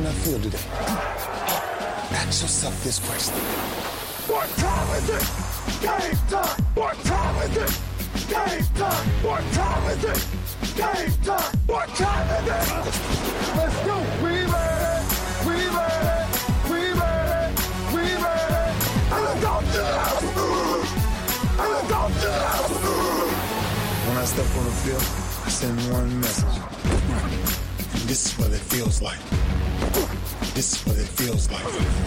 I feel today? Ask yourself this question. What time is it? Game time! What time is it? Game time! What time is it? Game time! What time is it? Let's go! We made it! We made it! We made it! We made it! And let's go to the house! And let's go to the house! When I step on the field, I send one message. This is what it feels like. This is what it feels like.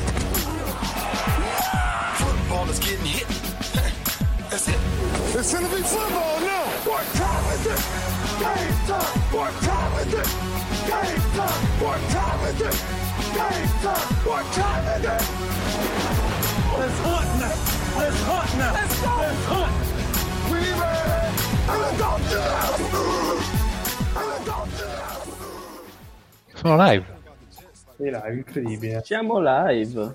Football is getting hit. That's it. It's gonna be football now. What time is it? Game time. What time is it? Game time. What time is it? Game time. What time is it? Let's hunt now. Let's hunt now. Let's go. Let's hunt. We made it. And let's go to the house. And let's go to the house. Sono live. Sei live, incredibile. Siamo live.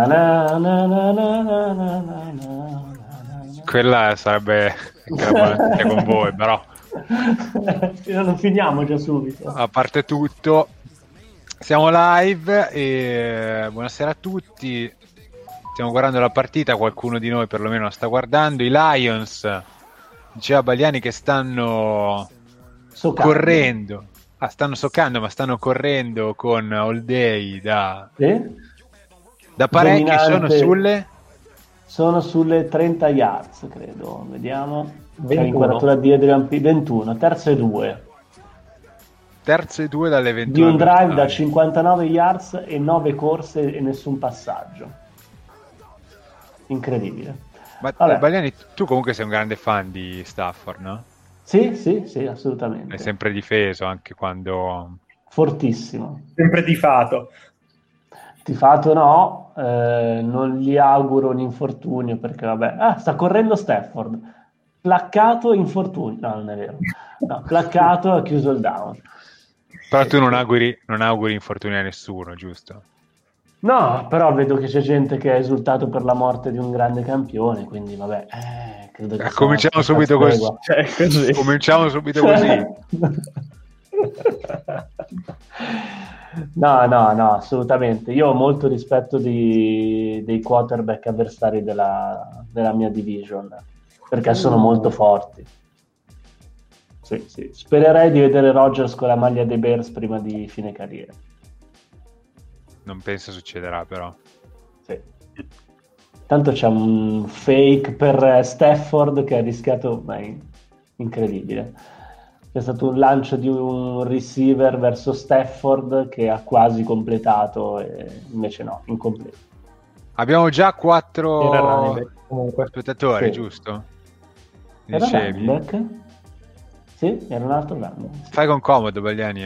Quella sarebbe la notizia con voi, però Non finiamo già subito. a parte tutto siamo live e buonasera a tutti. Stiamo guardando la partita, qualcuno di noi perlomeno la sta guardando. I Lions, diceva Bagliani, che stanno correndo. Stanno soccando, ma stanno correndo con All Day da parecchi. Dominante. Sono sulle 30 yards, credo. Vediamo. C'è l'inquadratura di Adrian P. 21, terzo e 2. Terzo e 2 dalle 21. Di un drive da 59 yards e 9 corse e nessun passaggio. Incredibile. Ma Bagliani, tu comunque sei un grande fan di Stafford, no? Sì, assolutamente. È sempre difeso anche quando... Fortissimo. Sempre tifato. Tifato no, non gli auguro un infortunio perché vabbè. Sta correndo Stafford. Placcato, infortunio. No, non è vero. No, placcato, ha chiuso il down. Però tu non auguri infortuni a nessuno, giusto? No, però vedo che c'è gente che ha esultato per la morte di un grande campione, quindi vabbè, credo che cominciamo subito così. così. Cominciamo subito così. No, assolutamente. Io ho molto rispetto dei quarterback avversari della mia division, perché sono molto forti. Sì. Spererei di vedere Rodgers con la maglia dei Bears prima di fine carriera. Non penso succederà, però. Sì. Tanto c'è un fake per Stafford che ha rischiato, incredibile. C'è stato un lancio di un receiver verso Stafford che ha quasi completato e invece no, incompleto. Abbiamo già 4 comunque spettatori, sì. Giusto? Era Dicevi? running back? Sì, era un altro running. Sì. Fai con comodo, Bagliani.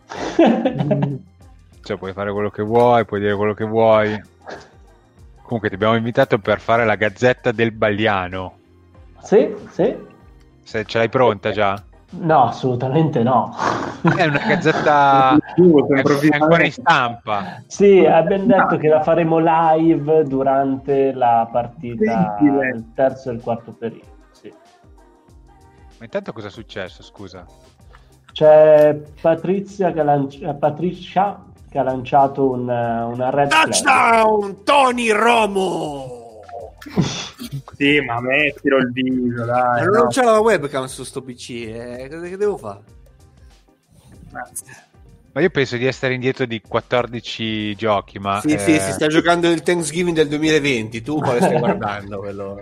Cioè, puoi fare quello che vuoi, puoi dire quello che vuoi. Comunque ti abbiamo invitato per fare la gazzetta del Bagliano. Sì. Se ce l'hai pronta già? No, assolutamente no. È una gazzetta è ancora in stampa. Sì, abbiamo detto che la faremo live durante la partita, il terzo e il quarto periodo. Sì. Ma intanto cosa è successo, scusa? C'è Patricia che ha lanciato una red Touchdown Tony Romo. sì, ma mettilo il video, dai. Ma non c'è la webcam su sto PC, cosa che devo fare? Ma io penso di essere indietro di 14 giochi, ma... Sì, si sta giocando il Thanksgiving del 2020, tu quale stai guardando? Quello?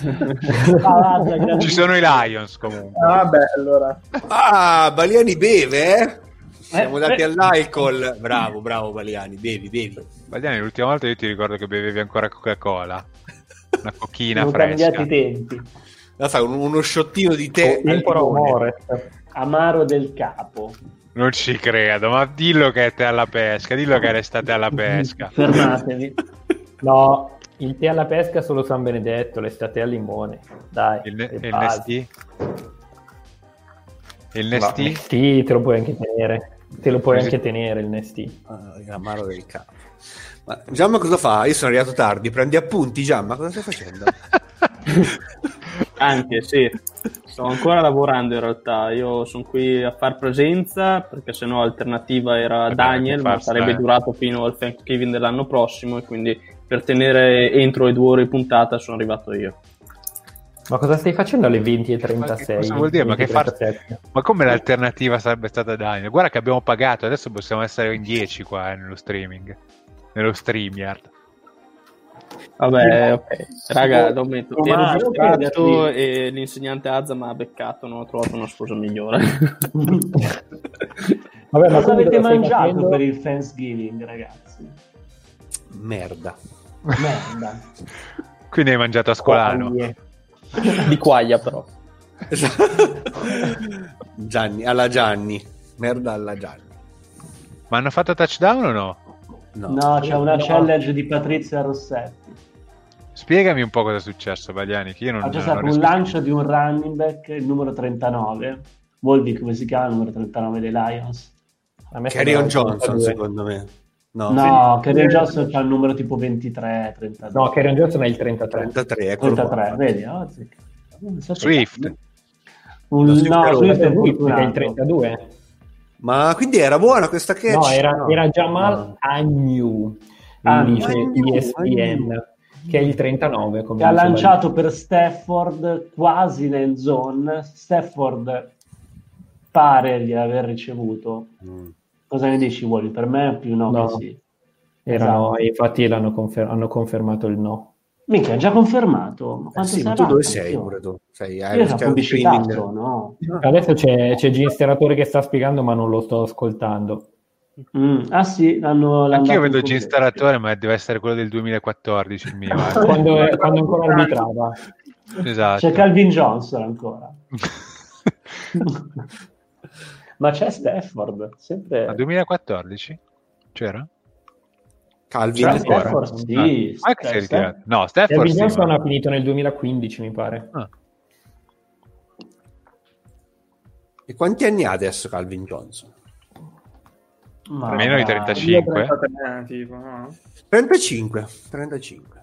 Ci sono i Lions comunque. Vabbè, allora. Bagliani beve, eh? Siamo dati all'alcol. Bravo Bagliani, bevi. Bagliani, l'ultima volta io ti ricordo che bevevi ancora Coca-Cola, una cochina sono fresca. cambiati i tempi. La fai uno sciottino di tè al limone. Amaro del capo. Non ci credo, ma dillo che è tè alla pesca, dillo che restate alla pesca. Fermatevi. No, il tè alla pesca è solo San Benedetto, l'estate al limone. Dai. Il Nestì? Il Nestì? Nestì te lo puoi anche tenere. Te lo puoi anche tenere il Nestì. Amaro del capo. Ma Giamma cosa fa? Io sono arrivato tardi, prendi appunti, Giamma, cosa stai facendo? Anche, sì. Sto ancora lavorando in realtà. Io sono qui a far presenza perché sennò l'alternativa era Daniel, ma sarebbe durato fino al Thanksgiving dell'anno prossimo, e quindi per tenere entro le 2 ore di puntata sono arrivato io. Ma cosa stai facendo alle 20:36? Cosa vuol dire? Ma, ma come l'alternativa sarebbe stata Daniel? Guarda che abbiamo pagato, adesso possiamo essere in 10 qua nello streaming, nello StreamYard. Vabbè, ok. Raga, lo metto. Ero distratto e l'insegnante Azza mi ha beccato, non ho trovato una scusa migliore. Vabbè, ma cosa avete mangiato per il Thanksgiving, ragazzi? Merda. Quindi hai mangiato a Scolano. Di quaglia però. Gianni. Merda alla Gianni. Ma hanno fatto touchdown o no? No, c'è una challenge di Patrizia Rossetti. Spiegami un po' cosa è successo, Bagliani, che io non c'è stato un lancio di un running back, il numero 39. Volvi come si chiama il numero 39 dei Lions? Kerryon Johnson, secondo me. No, Kerryon Johnson c'ha il numero tipo 23, 32. No, Kerryon Johnson è il 33. 33, vedi? Swift. Swift è il 32. Ma quindi era buona questa catch? No, era Jamal Agnew, dice ESPN, che è il 39. Come che ha lanciato per Stafford quasi nel zone. Stafford pare di aver ricevuto. Cosa ne dici, Wally? Per me è più no. Che sì. Infatti hanno confermato il no. Minchia, ha già confermato. Ma sì, ma tu dove sei pure tu? Io sono pubblicitato, no? Adesso c'è Ginsteratore che sta spiegando, ma non lo sto ascoltando. Ah sì, anch'io vedo Ginsteratore, ma deve essere quello del 2014 il mio. quando ancora arbitrava. Esatto. C'è Calvin Johnson ancora. Ma c'è Stafford, sempre. Ma 2014? C'era? Calvin Stafford, sì. Ma che si è ritirato? No, Stafford Calvin Johnson ha finito nel 2015, mi pare. E quanti anni ha adesso Calvin Johnson? Meno di 35? 33, tipo, no? 35. 35.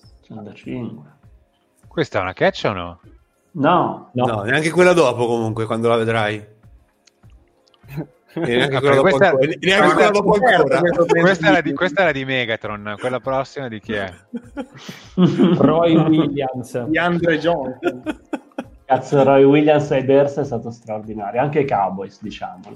Questa è una catch o no? No, neanche quella dopo comunque, quando la vedrai. Neanche quella dopo ancora. Questa era di Megatron, quella prossima di chi è? Roy Williams. Di Andre Johnson. Cazzo, Roy Williams ai Bears è stato straordinario, anche i Cowboys, diciamolo.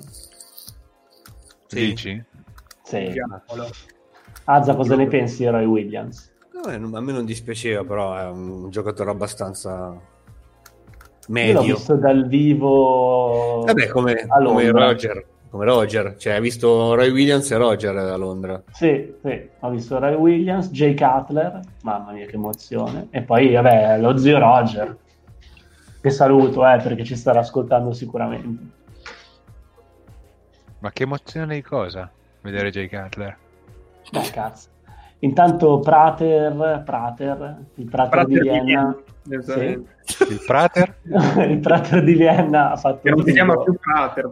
Dici? Sì. Azza, cosa ne pensi di Roy Williams? A me non dispiaceva, però è un giocatore abbastanza medio. Io l'ho visto dal vivo. Vabbè, come Roger, cioè hai visto Roy Williams e Roger a Londra. Sì, ho visto Roy Williams, Jay Cutler, mamma mia che emozione, e poi vabbè lo zio Roger, che saluto perché ci starà ascoltando sicuramente. Ma che emozione di cosa? Vedere Jay Cutler. Cazzo. Intanto Prater di Vienna. Sì. Il Prater? Il Prater di Vienna ha fatto. Che non si chiama più Prater.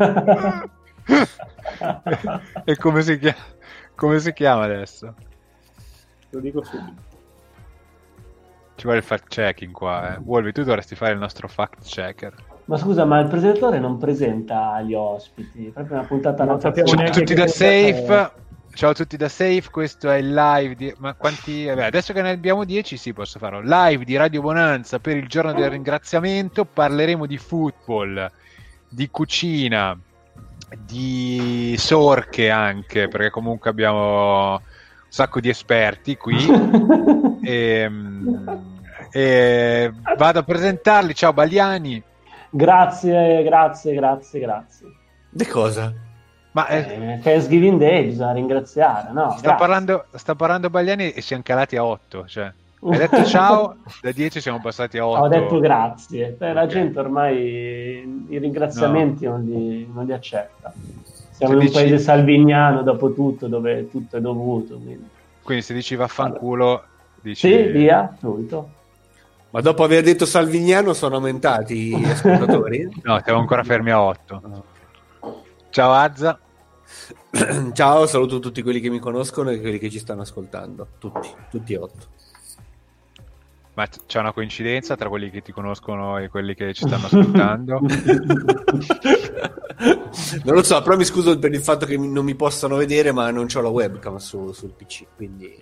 E come si chiama adesso? Lo dico subito. Ci vuole il fact checking qua. Wolvi, tu dovresti fare il nostro fact checker. Ma scusa, ma il presentatore non presenta gli ospiti? Proprio una puntata non sappiamo neanche. Ciao a tutti da Safe. Ciao a tutti da Safe, questo è il live ma quanti... Vabbè, adesso che ne abbiamo 10 sì, posso farlo. Live di Radio Bonanza per il giorno del ringraziamento. Parleremo di football, di cucina, di sorche anche, perché comunque abbiamo un sacco di esperti qui. e vado a presentarli. Ciao Bagliani. Grazie. Di cosa? Ma Thanksgiving Day bisogna ringraziare, no? Sta parlando Bagliani e siamo calati a 8, cioè hai detto ciao, da 10 siamo passati a 8. Ho detto grazie. La gente ormai i ringraziamenti non li accetta. Siamo in un paese salviniano, dopo tutto, dove tutto è dovuto. Quindi se dici vaffanculo, dici... Sì, via, subito. Ma dopo aver detto salviniano sono aumentati gli ascoltatori? No, siamo ancora fermi a 8. Ciao Azza. Ciao, saluto tutti quelli che mi conoscono e quelli che ci stanno ascoltando. Tutti 8. Ma c'è una coincidenza tra quelli che ti conoscono e quelli che ci stanno ascoltando? Non lo so, però mi scuso per il fatto che non mi possano vedere, ma non c'ho la webcam sul PC, quindi...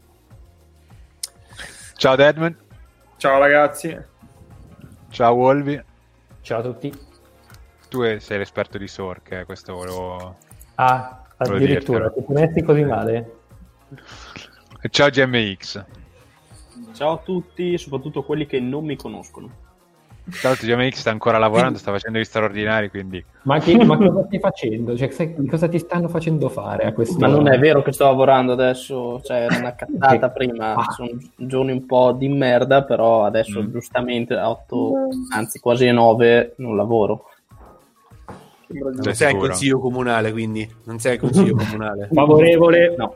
Ciao Deadman. Ciao ragazzi. Ciao Wolvi. Ciao a tutti. Tu sei l'esperto di Sork, questo volevo addirittura, ti messi così male? Ciao GMX. Ciao a tutti, soprattutto quelli che non mi conoscono. Tra l'altro GMX sta ancora lavorando, sta facendo gli straordinari, quindi... Ma cosa stai facendo? Cioè, cosa ti stanno facendo fare a questo? Ma non è vero che sto lavorando adesso, cioè era una cazzata prima, sono giorni un po' di merda, però adesso giustamente a 8, anzi quasi 9 non lavoro. Non sei il consiglio comunale, quindi non sei il consiglio comunale. Favorevole? No.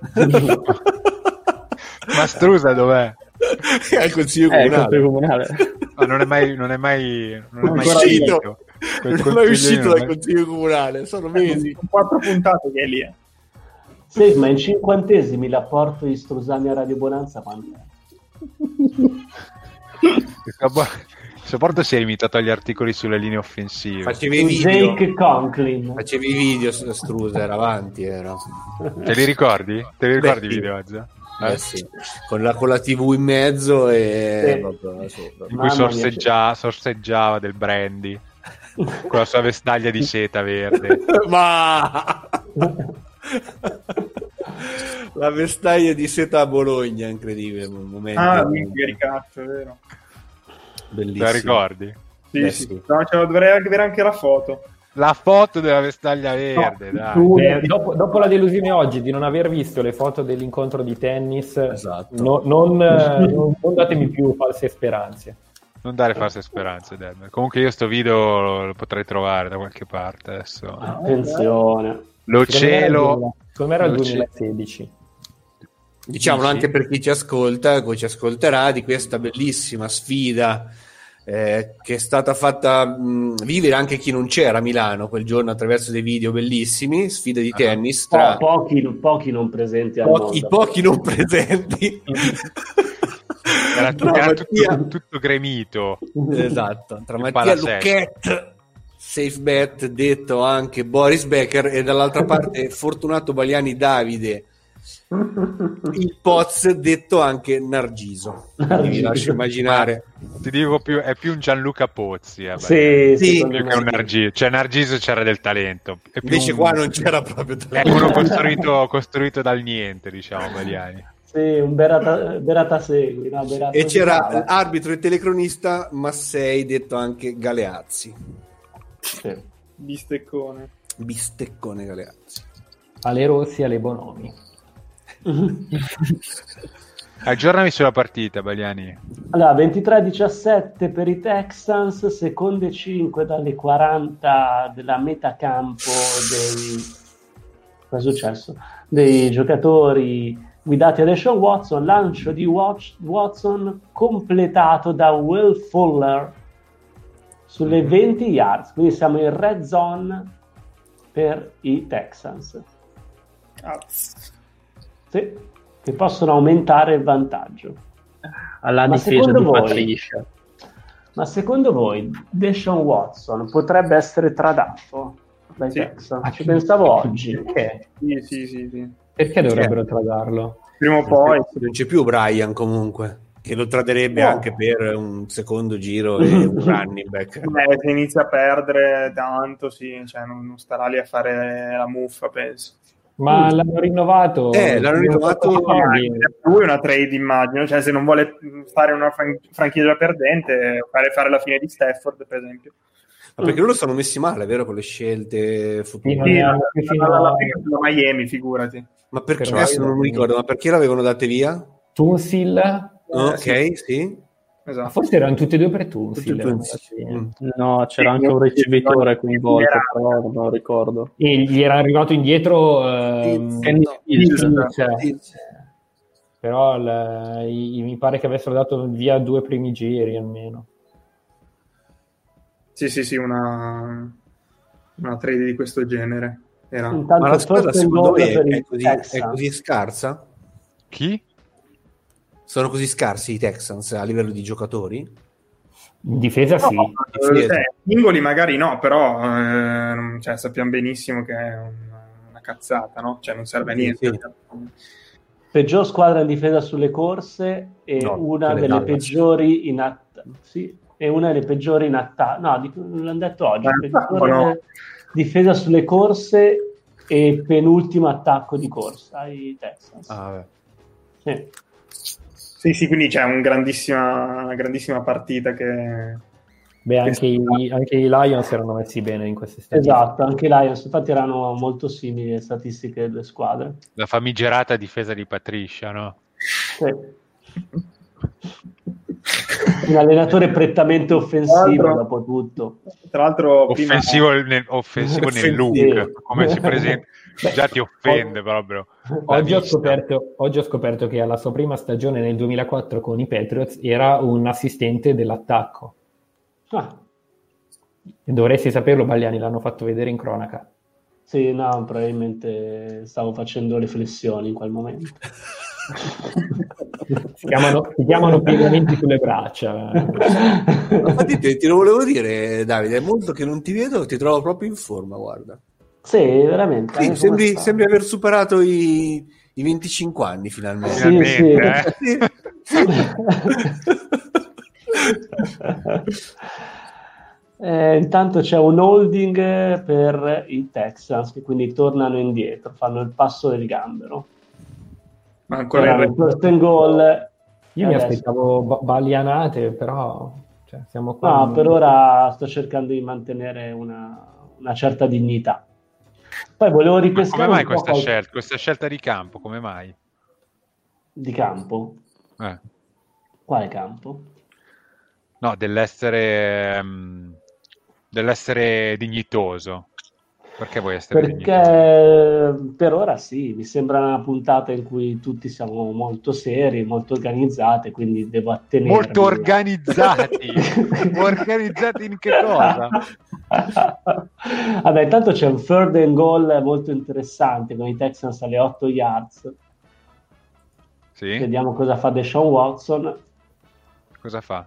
Ma Strusa dov'è? È il consiglio comunale. Ma non è mai uscito. Non è mai uscito dal consiglio comunale, sono mesi. 4 puntate che è lì. Sì, ma in 50esimi l'apporto di Strusani a Radio Bonanza quando Sopporto si è limitato agli articoli sulle linee offensive. Facevi i video. Jake Conklin. Facevi i video, Strusa, era avanti, era. Te li ricordi? Te li ricordi i video oggi? Sì. Con la TV in mezzo e in cui sorseggiava del brandy con la sua vestaglia di seta verde. Ma la vestaglia di seta a Bologna, incredibile, un momento. Che cazzo, è vero. Bellissimo. Te la ricordi? Sì. No, dovrei avere anche la foto. La foto della vestaglia verde, dai. Dopo la delusione oggi di non aver visto le foto dell'incontro di tennis, esatto. non datemi più false speranze. Non dare false speranze, Dead. Comunque io sto video lo potrei trovare da qualche parte adesso. Attenzione. Lo cielo. Come era il 2016? Diciamolo anche per chi ci ascolta, chi ci ascolterà, di questa bellissima sfida che è stata fatta vivere anche chi non c'era a Milano quel giorno attraverso dei video bellissimi, sfide di tennis tra pochi non presenti al mondo. Pochi non presenti. Era tutto gremito. Esatto, tra Mattia Lucchette, safe bet, detto anche Boris Becker, e dall'altra parte Fortunato Baliani Davide, il Poz, detto anche Nargiso. Vi lascio immaginare. Ti dico è più un Gianluca Pozzi. Sì, più che un Nargiso. Cioè Nargiso c'era del talento. Invece qua non c'era proprio talento. È uno costruito dal niente, diciamo, Baliani. Sì, un Berata Segui. No, e c'era l'arbitro e telecronista Massei, detto anche Galeazzi. Sì. Bisteccone Galeazzi. Ale Rossi, Ale Bonomi. Aggiornami sulla partita, Baliani. Allora, 23-17 per i Texans, seconde 5 dalle 40 della metacampo cosa è successo? Dei giocatori guidati da Deshaun Watson, lancio di Watson completato da Will Fuller sulle 20 yards, quindi siamo in red zone per i Texans. Sì, che possono aumentare il vantaggio. Alla difesa di Patricia. Ma secondo voi Deshaun Watson potrebbe essere tradato dai Texans? Ci pensavo oggi. Perché? Sì. Perché dovrebbero tradarlo? Prima o poi. Non c'è più Brian comunque, che lo traderebbe anche per un secondo giro e un running back. Se inizia a perdere tanto, sì, cioè non starà lì a fare la muffa, penso. Ma l'hanno rinnovato. Lui è una trade, immagino, cioè se non vuole fare una franchigia perdente, fare la fine di Stafford, per esempio. Ma perché loro sono messi male, vero, con le scelte future? Sì, alla fine da Miami, figurati. Ma perché adesso non mi ricordo, ma perché l'avevano date via? Tunsil. Ok, sì. Esatto. Forse erano tutti e due per Tunsil. No, c'era anche un ricevitore coinvolto, però non lo ricordo. E gli era arrivato indietro però mi pare che avessero dato via 2 primi giri almeno. Sì, una trade di questo genere. Ma la squadra secondo me è così scarsa? Chi? Sono così scarsi i Texans a livello di giocatori? In difesa sì. Singoli magari no, però sappiamo benissimo che è una cazzata, no? Cioè non serve a niente. Sì. Peggior squadra in difesa sulle corse e una delle peggiori in e una delle peggiori in attacco. No, l'hanno detto oggi. Difesa sulle corse e penultimo attacco di corsa ai Texans. Sì, quindi c'è una grandissima partita che... Beh, anche i Lions erano messi bene in queste statistiche. Esatto, anche i Lions, infatti erano molto simili le statistiche delle squadre. La famigerata difesa di Patricia, no? Sì. Un allenatore prettamente offensivo, dopo tutto. Tra l'altro offensivo nel look, come si presenta. Già ti offende proprio. Oggi ho scoperto che alla sua prima stagione nel 2004 con i Patriots era un assistente dell'attacco. E dovresti saperlo, Bagliani, l'hanno fatto vedere in cronaca. Sì, no, probabilmente stavo facendo le flessioni in quel momento. si chiamano piegamenti sulle braccia. Infatti ti lo volevo dire, Davide, è molto che non ti vedo, ti trovo proprio in forma, guarda. Sì, veramente. Sì, sembri aver superato i 25 anni finalmente. Sì. Intanto c'è un holding per i Texans, che quindi tornano indietro, fanno il passo del gambero. Ma ancora il first and goal. Io mi aspettavo balianate, però siamo qua. No, per ora sto cercando di mantenere una certa dignità. Poi volevo ripescare. Ma come mai questa scelta di campo? Come mai? Di campo? Quale campo? No, dell'essere dignitoso. Perché vuoi essere dignitoso? Perché per ora sì, mi sembra una puntata in cui tutti siamo molto seri, molto organizzati, quindi devo attenermi. Molto organizzati? Organizzati in che cosa? Vabbè, intanto c'è un third and goal molto interessante con i Texans alle 8 yards. Sì. Vediamo cosa fa Deshaun Watson. Cosa fa?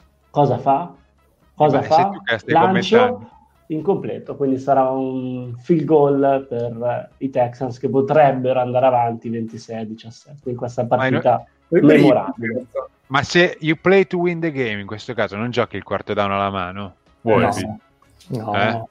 Lancio incompleto, quindi sarà un field goal per i Texans che potrebbero andare avanti 26-17 in questa partita memorabile. Ma se you play to win the game, in questo caso non giochi il quarto down alla mano? No.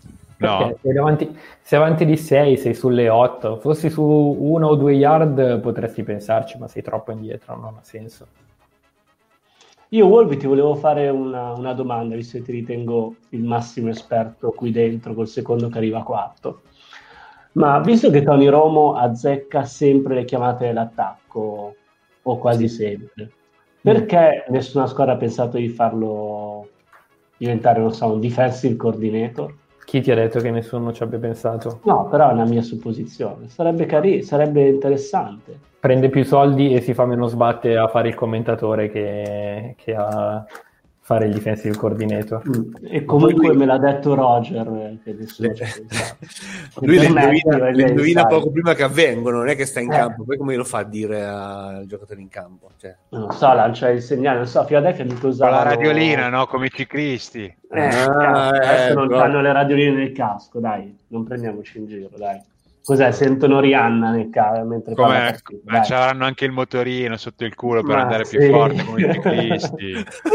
Sei avanti di 6, sei sulle 8. Fossi su 1 o 2 yard potresti pensarci, ma sei troppo indietro, non ha senso. Io, Wolvi, ti volevo fare una domanda, visto che ti ritengo il massimo esperto qui dentro col secondo che arriva quarto. Ma visto che Tony Romo azzecca sempre le chiamate dell'attacco, o quasi sempre, perché nessuna squadra ha pensato di farlo diventare, non so, un defensive coordinator? Chi ti ha detto che nessuno ci abbia pensato? No, però è una mia supposizione. Sarebbe carino, sarebbe interessante. Prende più soldi e si fa meno sbatte a fare il commentatore che a fare il defensive coordinator. E comunque me l'ha detto Roger che nessuno ci ha pensato. Lui le indovina poco prima che avvengono, non è che sta in campo. Poi come lo fa a dire al giocatore in campo? Non so, lancia il segnale, non so, Philadelphia mi usava la radiolina, no? Come i ciclisti. Adesso non fanno le radioline nel casco, dai, non prendiamoci in giro, dai. Cos'è? Sentono Rihanna mentre parla. Ma ci avranno anche il motorino sotto il culo per andare più forte come i ciclisti.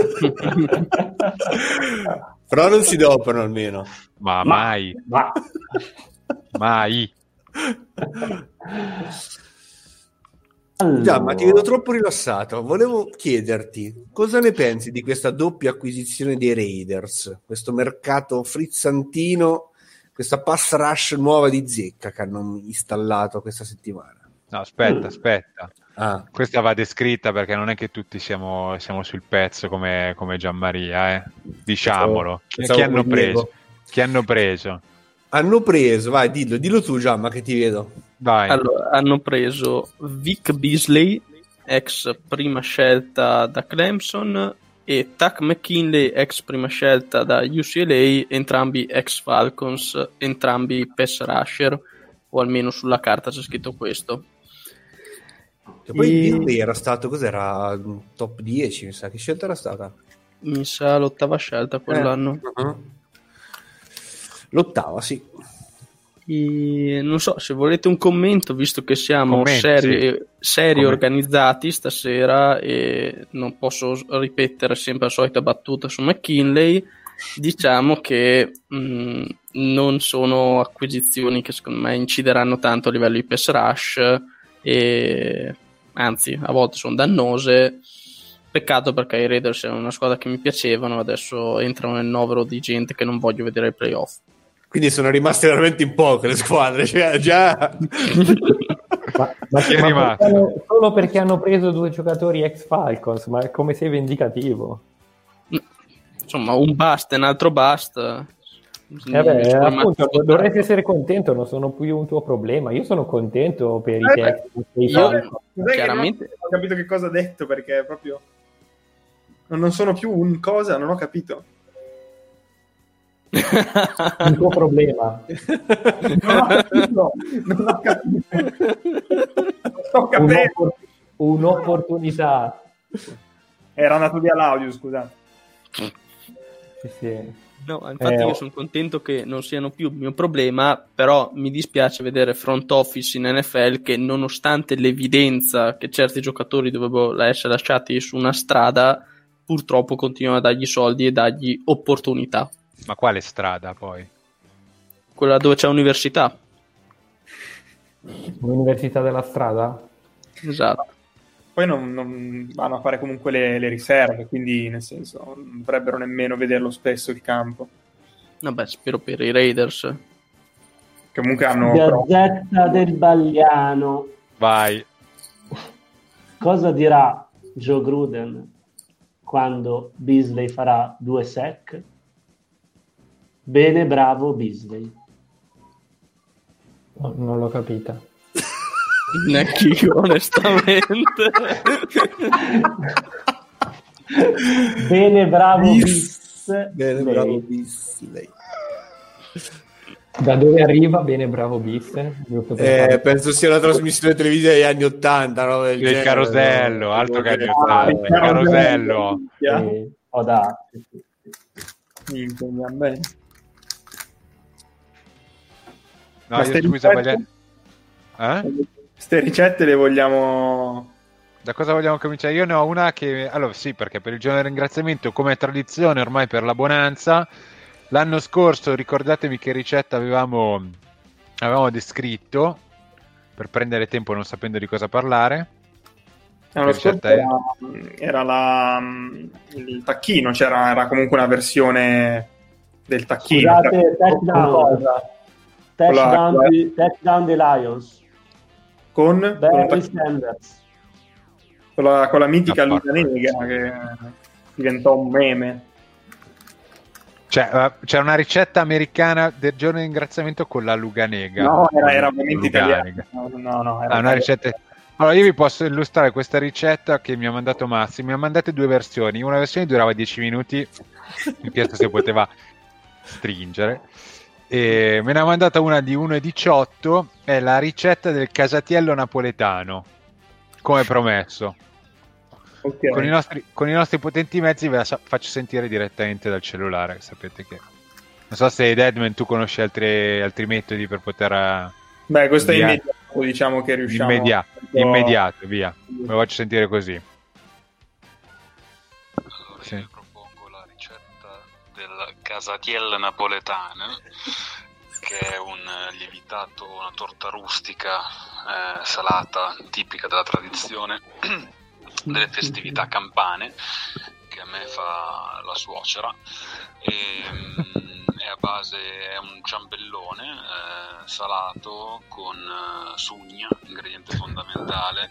Però non si dopano almeno. Ma mai. Mai. Già, ma ti vedo troppo rilassato. Volevo chiederti cosa ne pensi di questa doppia acquisizione dei Raiders, questo mercato frizzantino, questa pass rush nuova di zecca che hanno installato questa settimana. No, aspetta. Questa va descritta perché non è che tutti siamo sul pezzo come Gianmaria, diciamolo. Chi hanno preso? Hanno preso, vai, dillo tu, Gianma, che ti vedo. Vai. Allora, hanno preso Vic Beasley, ex prima scelta da Clemson, e Tuck McKinley, ex prima scelta da UCLA, entrambi ex Falcons, entrambi pass rusher, o almeno sulla carta c'è scritto questo. E poi Beasley era stato, cos'era? Top 10, mi sa. Che scelta era stata? Mi sa l'8ª scelta quell'anno. L'8ª, sì. Non so, se volete un commento, visto che siamo seri organizzati stasera e non posso ripetere sempre la solita battuta su McKinley, diciamo che non sono acquisizioni che secondo me incideranno tanto a livello di pass rush e anzi a volte sono dannose. Peccato, perché i Raiders erano una squadra che mi piacevano, adesso entrano nel novero di gente che non voglio vedere ai playoff. Quindi sono rimaste veramente in poche le squadre, cioè già. ma solo perché hanno preso 2 giocatori ex Falcons, ma come sei vendicativo? Insomma, un bust e un altro bust. Appunto, dovresti essere contento, non sono più un tuo problema. Io sono contento per i Texans. Chiaramente non ho capito che cosa ha detto, perché proprio non sono più un cosa, non ho capito. Un tuo problema. Non ho capito. Non sto capendo. Un'opportunità. Era andato via l'audio, scusate. Sì. No, infatti io sono contento che non siano più il mio problema, però mi dispiace vedere front office in NFL che, nonostante l'evidenza che certi giocatori dovrebbero essere lasciati su una strada, purtroppo continuano a dargli soldi e dargli opportunità. Ma quale strada poi? Quella dove c'è università. L'università della strada? Esatto. Poi non vanno a fare comunque le riserve, quindi nel senso non dovrebbero nemmeno vederlo spesso il campo. Vabbè, spero per i Raiders. Comunque hanno... Gazzetta del Bagliano. Vai. Cosa dirà Joe Gruden quando Beasley farà 2 sack? Bene, bravo Beasley. No, non l'ho capita. Neanche io, onestamente. Bene, bravo Beasley. Bene, bravo Beasley. Da dove arriva Bene, bravo Beasley? Penso sia una trasmissione televisiva degli anni 80, no? Il carosello, altro che anni 80. Il carosello. Ho dato. Bene. No, io scusa, Queste ricette le vogliamo... Da cosa vogliamo cominciare? Io ne ho una che... Allora sì, perché per il giorno del ringraziamento, come tradizione ormai per la bonanza, l'anno scorso ricordatemi che ricetta avevamo descritto per prendere tempo non sapendo di cosa parlare. L'anno scorso era il tacchino, era comunque una versione del tacchino. Scusate, touchdown dei Lions. Con la mitica Luganega che diventò un meme. Cioè, c'è una ricetta americana del giorno di ringraziamento con la Luganega. No, era ovviamente italiana. No, era una ricetta. Allora, io vi posso illustrare questa ricetta che mi ha mandato Massi. Mi ha mandate 2 versioni. Una versione durava 10 minuti, mi chiesto se poteva stringere. E me ne ha mandata una di 1,18. È la ricetta del casatiello napoletano, come promesso. Okay. Con i nostri potenti mezzi ve la faccio sentire direttamente dal cellulare. Sapete che non so se Deadman tu conosci altri metodi per poter questo è immediato, diciamo che riusciamo immediato, via. Me lo faccio sentire così. Allora, io propongo la ricetta del casatiello napoletano, che è un lievitato, una torta rustica salata tipica della tradizione delle festività campane, che a me fa la suocera, e è a base, è un ciambellone salato con sugna, ingrediente fondamentale,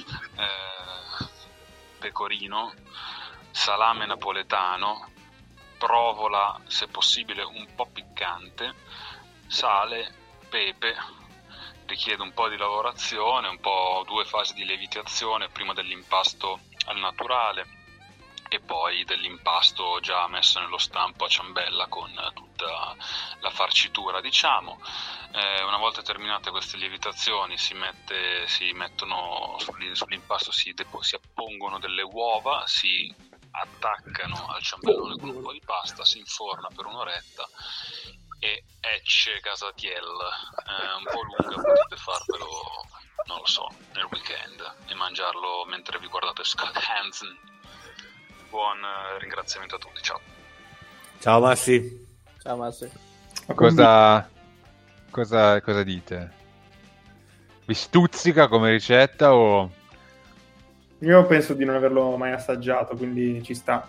pecorino, salame napoletano, provola se possibile un po' piccante, sale, pepe. Richiede un po' di lavorazione, 2 fasi di lievitazione prima dell'impasto al naturale, e poi dell'impasto già messo nello stampo a ciambella con tutta la farcitura, diciamo. Una volta terminate queste lievitazioni si mettono sull'impasto, si appongono delle uova, si attaccano al ciambellone con un po' di pasta, si inforna per un'oretta e ecce Casatiel. Un po' lunga, potete farvelo, non lo so, nel weekend e mangiarlo mentre vi guardate Scott Hansen. Buon ringraziamento a tutti, ciao. Ciao Massi. Ciao Massi. Cosa dite? Vi stuzzica come ricetta o... Io penso di non averlo mai assaggiato, quindi ci sta.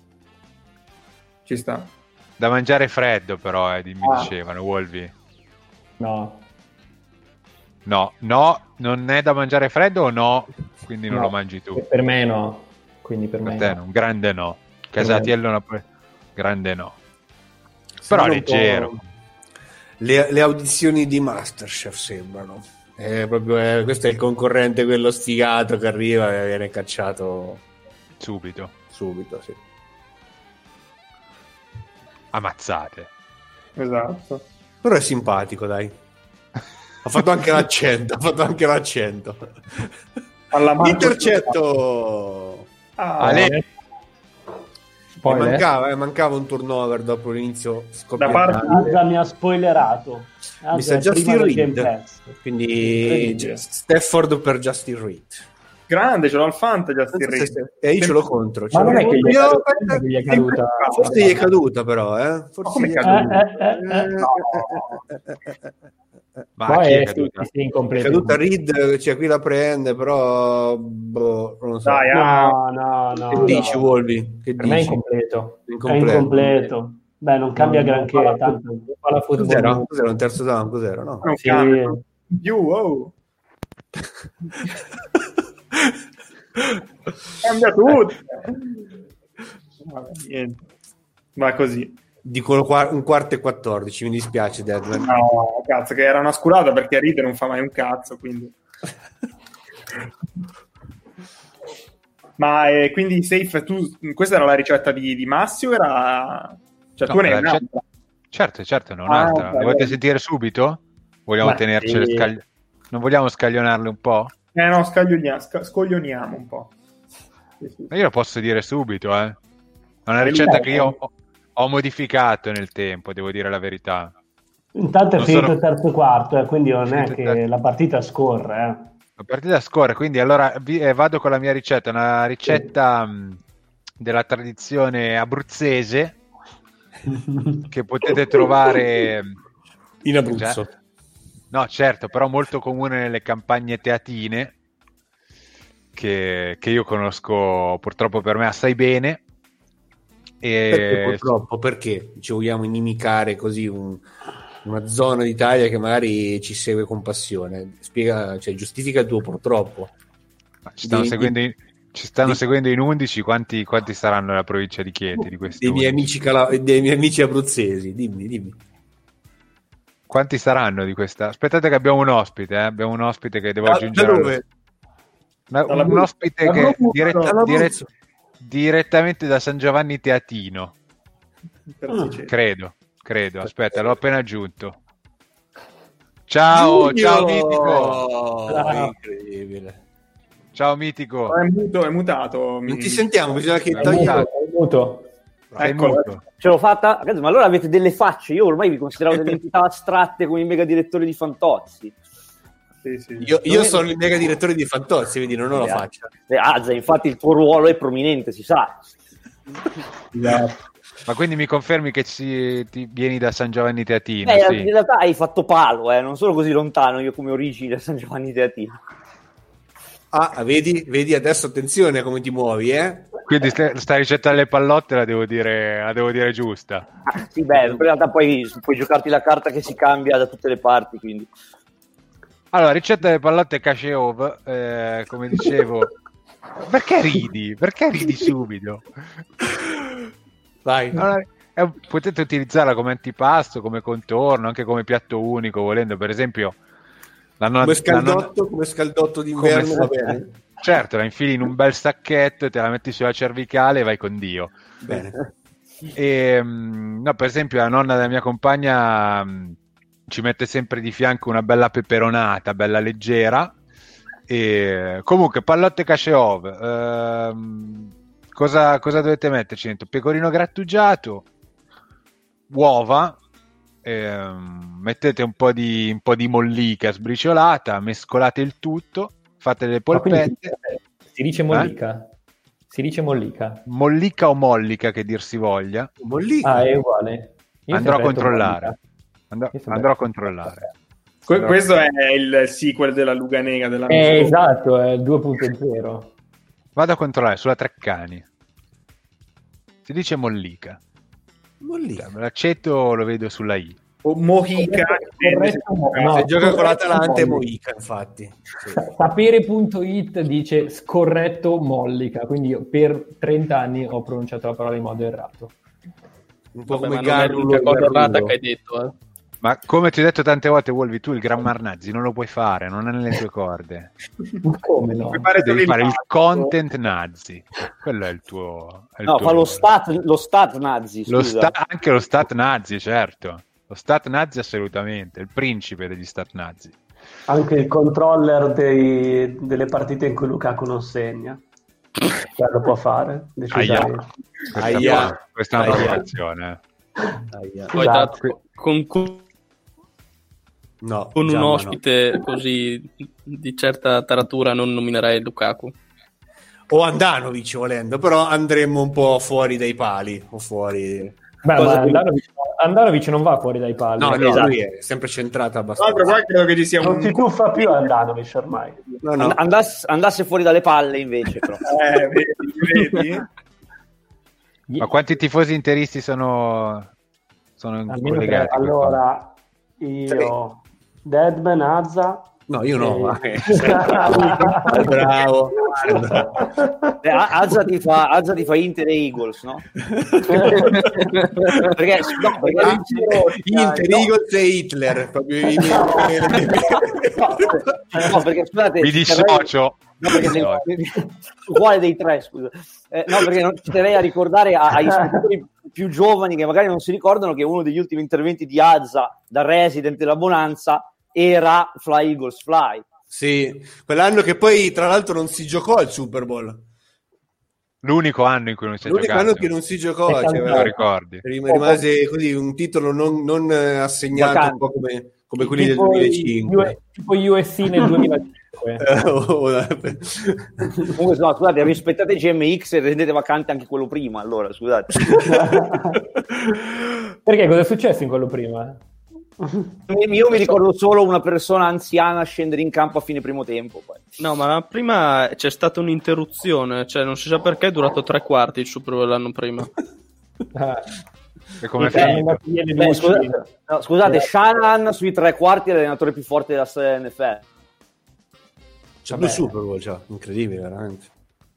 Da mangiare freddo però, mi dicevano, Wolvi. No, non è da mangiare freddo o no? Quindi non lo mangi tu. Per me no. Quindi per me te no. Un grande no. Casatiello grande no. Però leggero. Le audizioni di Masterchef sembrano. Questo è il concorrente, quello sfigato che arriva e viene cacciato subito, sì. Ammazzate. Esatto. Però è simpatico, dai. Ha fatto anche l'accento. Intercetto. Mancava un turnover dopo l'inizio da parte Azza mi ha spoilerato. Mi sa Justin Reed, quindi Stafford per Justin Reed. Grande, ce l'ho al fantasy Justin Reed. E io ce l'ho contro. Ma non è che gli è caduta. Forse gli è caduta però, Forse come è caduta? Ma chi è caduta? È caduta Reed, cioè qui la prende, però non lo so. Dai, no. Che dici, Wolvi? Per me è incompleto. È incompleto. Beh, non cambia granché. Tanto. Cos'era un terzo down? Cos'era? No. Non sì. Cambia. Cambia tutto. Vabbè, niente. Va così. Dico un quarto e 14, mi dispiace Deadman. No, cazzo, che era una sculata perché a Reed non fa mai un cazzo, quindi. Ma quindi Safe, questa era la ricetta di Massimo? Cioè no, tu ne hai un'altra? Certo, non un'altra. La volete sentire subito? Vogliamo tenercele non vogliamo scaglionarle un po'? No, scoglioniamo un po'. Sì. Ma io lo posso dire subito, È una ricetta che io ho modificato nel tempo, devo dire la verità. Intanto è finito il terzo quarto, quindi non è che la partita scorre. La partita scorre, quindi allora vado con la mia ricetta, una ricetta della tradizione abruzzese che potete trovare in Abruzzo. No, certo, però molto comune nelle campagne teatine che io conosco purtroppo per me assai bene. Perché purtroppo? Perché ci vogliamo inimicare così una zona d'Italia che magari ci segue con passione? Giustifica il tuo purtroppo. Ci stanno seguendo in 11, quanti saranno nella provincia di Chieti di questi? Dei miei amici abruzzesi, dimmi. Quanti saranno di questa? Aspettate che abbiamo un ospite, che devo aggiungere. Un ospite che direttamente da San Giovanni Teatino. Credo. Aspetta, l'ho appena aggiunto. Ciao Mitico. Incredibile. Ciao Mitico. È mutato. Non ti sentiamo, bisogna che È muto. Ce l'ho fatta, ragazzi, ma allora avete delle facce. Io ormai vi consideravo delle entità astratte come i mega direttori di Fantozzi. Sì. Io sono il mega direttore di Fantozzi, quindi non ho la faccia. Azza, infatti il tuo ruolo è prominente, si sa. Ma quindi mi confermi che ti vieni da San Giovanni Teatino? Sì. In realtà hai fatto palo, non sono così lontano io come origine da San Giovanni Teatino. Ah, vedi adesso attenzione a come ti muovi, Quindi sta ricetta delle pallotte la devo dire giusta. Sì, beh, in realtà poi puoi giocarti la carta che si cambia da tutte le parti, quindi. Allora, ricetta delle pallotte Kasheov, come dicevo. Perché ridi subito? Vai. Allora, potete utilizzarla come antipasto, come contorno, anche come piatto unico, volendo, per esempio. Come scaldotto d'inverno, va bene. Certo, la infili in un bel sacchetto, te la metti sulla cervicale e vai con Dio. Bene. E, no, per esempio la nonna della mia compagna ci mette sempre di fianco una bella peperonata, bella leggera. E comunque pallotte Kasheov, cosa dovete metterci dentro? Pecorino grattugiato, uova, mettete un po' di mollica sbriciolata, mescolate il tutto, fate le polpette. Si dice mollica? Si dice mollica. Mollica o mollica, che dir si voglia. Mollica. È uguale. Andrò a controllare. Andrò a controllare. Questo è il sequel della Luganega della esatto, è il 2.0. Vado a controllare sulla Treccani. Si dice mollica. L'accetto lo vedo sulla I. O Mohica. Se gioca con l'Atalanta è Mohica, infatti. Sì. Sapere.it dice scorretto mollica, quindi io per 30 anni ho pronunciato la parola in modo errato. Un po' Vabbè, come ma non è l'unica cosa errata che hai detto, Ma come ti ho detto tante volte, Wolvi, tu il grammar nazi non lo puoi fare, non è nelle tue corde. Come no? Devi fare il content nazi. Quello è il tuo... fa lo stat nazi, scusa. Anche lo stat nazi, certo. Lo stat nazi assolutamente, il principe degli stat nazi. Anche il controller delle partite in cui Lukaku non segna. Lo può fare. Questa è una provocazione. Poi con un ospite così di certa taratura non nominerei Lukaku. O Andanovic volendo, però andremmo un po' fuori dai pali o fuori... Ma Andanovic non va fuori dai pali. No, esatto. Lui è sempre centrato abbastanza. Qua credo che ci sia non ti tuffa più Andanovic ormai. No. Andasse fuori dalle palle invece, però. Vedi? Ma quanti tifosi interisti sono collegati? Allora, io, Deadman, Azza. No, io no. Bravo. Azza ti fa Inter e Eagles, no? perché Inter, Eagles e Hitler. Proprio perché scusate, mi dissocio. Quale dei tre, scusa? No, perché non ci terrei a ricordare agli spettatori più giovani che magari non si ricordano che uno degli ultimi interventi di Azza da resident della Bonanza era Fly Eagles Fly. Sì, quell'anno che poi tra l'altro non si giocò al Super Bowl. L'unico anno in cui non si è giocato. L'unico anno che non si giocò, me lo ricordi. Rimase così un titolo non assegnato, vacante. Un po' come quelli del 2005. Tipo USC nel 2005. Comunque, no, scusate, rispettate GMX e rendete vacante anche quello prima, allora, scusate. Perché cosa è successo in quello prima? Io mi ricordo solo una persona anziana scendere in campo a fine primo tempo. Poi. No, ma prima c'è stata un'interruzione, cioè non si sa perché è durato 3 quarti il Super Bowl l'anno prima. E come finito? Scusate, Shanahan sui 3 quarti è l'allenatore più forte della storia dell'NFL. C'è più Super Bowl, incredibile, veramente.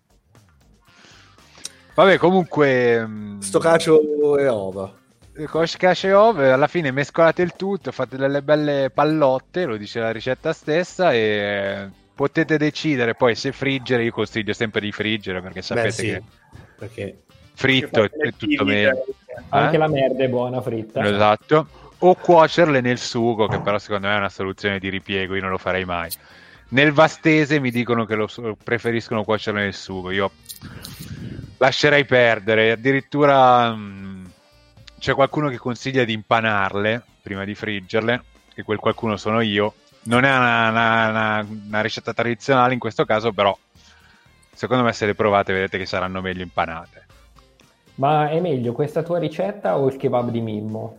Vabbè, comunque sto cacio e ova. Alla fine mescolate il tutto, fate delle belle pallotte, lo dice la ricetta stessa, e potete decidere poi se friggere. Io consiglio sempre di friggere, perché sapete che fritto è tutto meglio. Anche la merda è buona fritta. Esatto. O cuocerle nel sugo, che però secondo me è una soluzione di ripiego, io non lo farei mai. Nel vastese mi dicono che preferiscono cuocerle nel sugo, io lascerei perdere. Addirittura c'è qualcuno che consiglia di impanarle prima di friggerle, e quel qualcuno sono io. Non è una ricetta tradizionale in questo caso, però secondo me se le provate vedete che saranno meglio impanate. Ma è meglio questa tua ricetta o il kebab di Mimmo?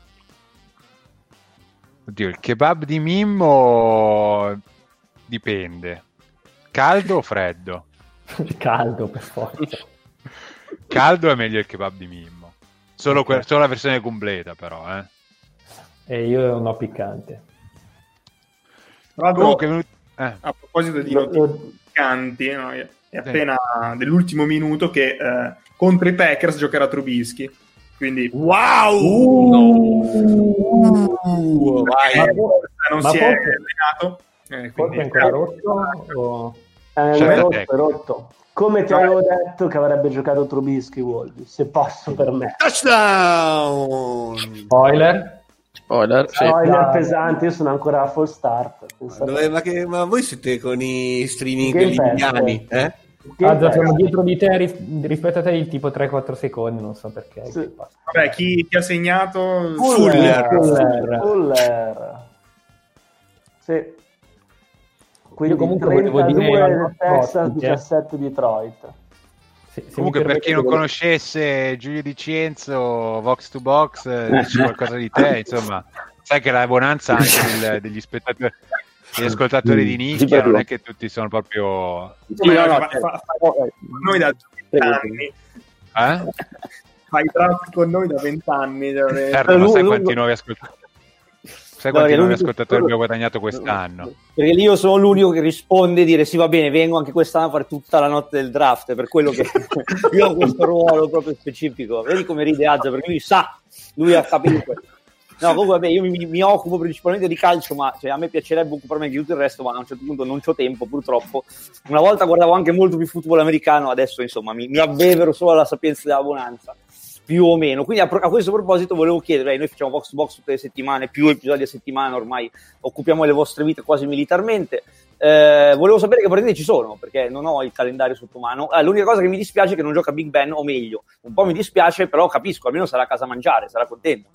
Oddio, il kebab di Mimmo dipende. Caldo o freddo? Caldo, per forza. Caldo è meglio il kebab di Mimmo. Solo la versione completa, però. Io non ho piccante. Comunque, a proposito di notizie piccanti, no? È appena dell'ultimo minuto che contro i Packers giocherà Trubisky. Quindi wow! Non si è allenato. Forse è ancora rotto? È rotto. Come ti avevo detto che avrebbe giocato Trubisky, Wolby, se posso permettere. Touchdown! Spoiler, pesante, io sono ancora a full start. Ma voi siete con i streaming indiani, eh? Sono dietro di te rispetto a te il tipo 3-4 secondi, non so perché. Sì. Vabbè, chi ha segnato? Fuller. Sì. Quindi io comunque 32 Texas, 17 Detroit. Comunque per chi non conoscesse Giulio Di Cenzo, Vox to Box, dici qualcosa di te, insomma, sai che la bonanza anche degli spettatori, degli ascoltatori di nicchia, non è che tutti sono proprio... Noi da 20 anni. Fai draft con noi da 20 anni. Certo, ma sai quanti nuovi ascoltatori? Sai quanti nuovi ascoltatori abbiamo guadagnato quest'anno? Perché lì io sono l'unico che risponde e dire sì, va bene, vengo anche quest'anno a fare tutta la notte del draft, per quello che io ho questo ruolo proprio specifico. Vedi come ride Azza, perché lui ha capito. No, comunque vabbè, io mi occupo principalmente di calcio, ma cioè, a me piacerebbe occuparmi anche di tutto il resto, ma a un certo punto non c'ho tempo, purtroppo. Una volta guardavo anche molto più football americano, adesso insomma mi abbevero solo alla sapienza della bonanza, più o meno. Quindi a questo proposito volevo chiedere, noi facciamo box to box tutte le settimane, più episodi a settimana, ormai occupiamo le vostre vite quasi militarmente. Volevo sapere che partite ci sono, perché non ho il calendario sotto mano. L'unica cosa che mi dispiace è che non gioca Big Ben, o meglio, un po' mi dispiace, però capisco, almeno sarà a casa a mangiare, sarà contento.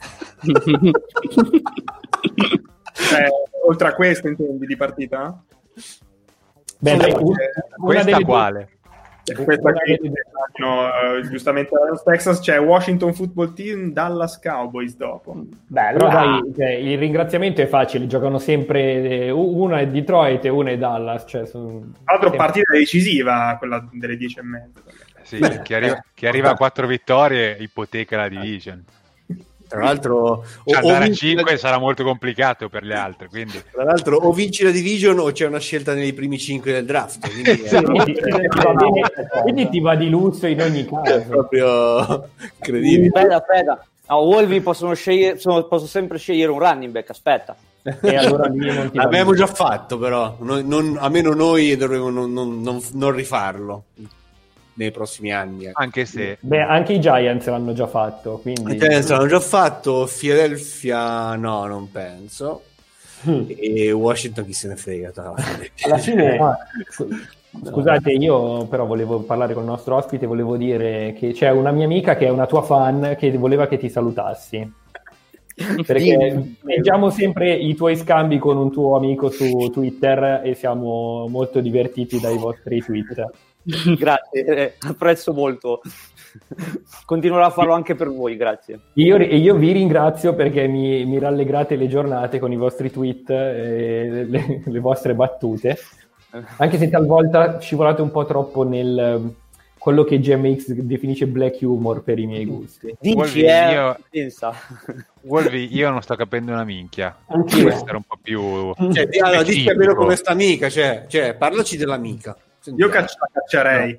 Oltre a questo intendi di partita? Beh, questa quale? Questa qui, giustamente Texas, c'è Washington Football Team, Dallas Cowboys dopo. Bello. Però dai, cioè, il ringraziamento è facile, giocano sempre una è Detroit e una è Dallas, cioè altro partita decisiva, quella delle 10:30. Sì, chi arriva a 4 vittorie ipoteca la division. Tra l'altro andare a 5 sarà molto complicato per le altre, quindi. Tra l'altro o vinci la division o c'è una scelta nei primi 5 del draft, quindi ti va di lusso in ogni caso. È proprio incredibile. Aspetta. Wolvi posso sempre scegliere un running back, aspetta. E allora non ti l'abbiamo già fatto, però almeno noi dovremmo non rifarlo nei prossimi anni, anche se anche i Giants l'hanno già fatto, quindi i Giants l'hanno già fatto, Philadelphia no, non penso, e Washington chi se ne frega alla fine. Scusate, io però volevo parlare con il nostro ospite, volevo dire che c'è una mia amica che è una tua fan che voleva che ti salutassi, perché leggiamo sempre i tuoi scambi con un tuo amico su Twitter e siamo molto divertiti dai vostri tweet. Grazie, apprezzo molto, continuerò a farlo anche per voi, grazie. Io vi ringrazio perché mi rallegrate le giornate con i vostri tweet e le vostre battute, anche se talvolta scivolate un po' troppo nel quello che GMX definisce black humor per i miei gusti. Wolvi, io non sto capendo una minchia. Questo era un po' più dici almeno come sta amica, cioè parlaci dell'amica. Io caccerei.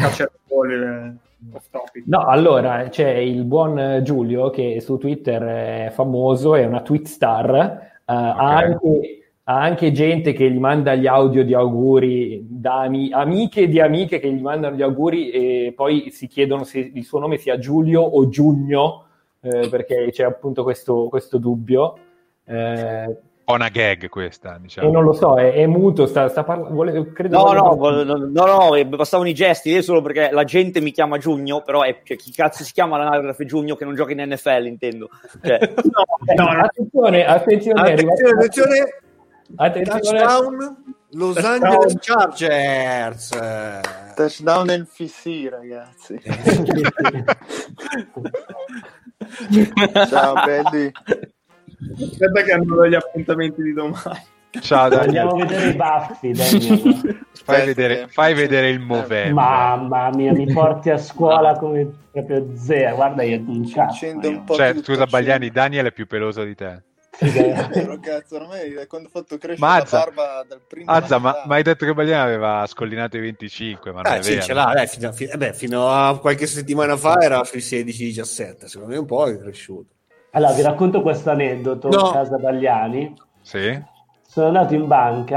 No, allora c'è il buon Giulio che su Twitter è famoso, è una tweet star, ha anche gente che gli manda gli audio di auguri da amiche e di amiche che gli mandano gli auguri e poi si chiedono se il suo nome sia Giulio o Giugno, perché c'è appunto questo dubbio. Una gag questa, diciamo. E non lo so, è muto, sta parlando. No, bastavano i gesti, io solo perché la gente mi chiama Giugno, però cioè, chi cazzo si chiama l'anagrafe Giugno che non gioca in NFL, intendo. Cioè, attenzione. Touchdown Los Angeles Chargers. Touchdown NFC, ragazzi. Ciao belli. Aspetta che hanno gli appuntamenti di domani. Ciao, andiamo a vedere i baffi, Daniel. Fai vedere il Movember. Mamma mia, mi porti a scuola come proprio zero. Guarda, io non scusa Bagliani, Daniel è più peloso di te. Cazzo, ormai quando ho fatto crescere la barba dal primo ma hai detto che Bagliani aveva scollinato i 25, ma non è vero. Ce l'ha, fino a qualche settimana fa era sui 16-17, secondo me un po' è cresciuto. Allora, vi racconto questo aneddoto a casa Bagliani. Sì. Sono andato in banca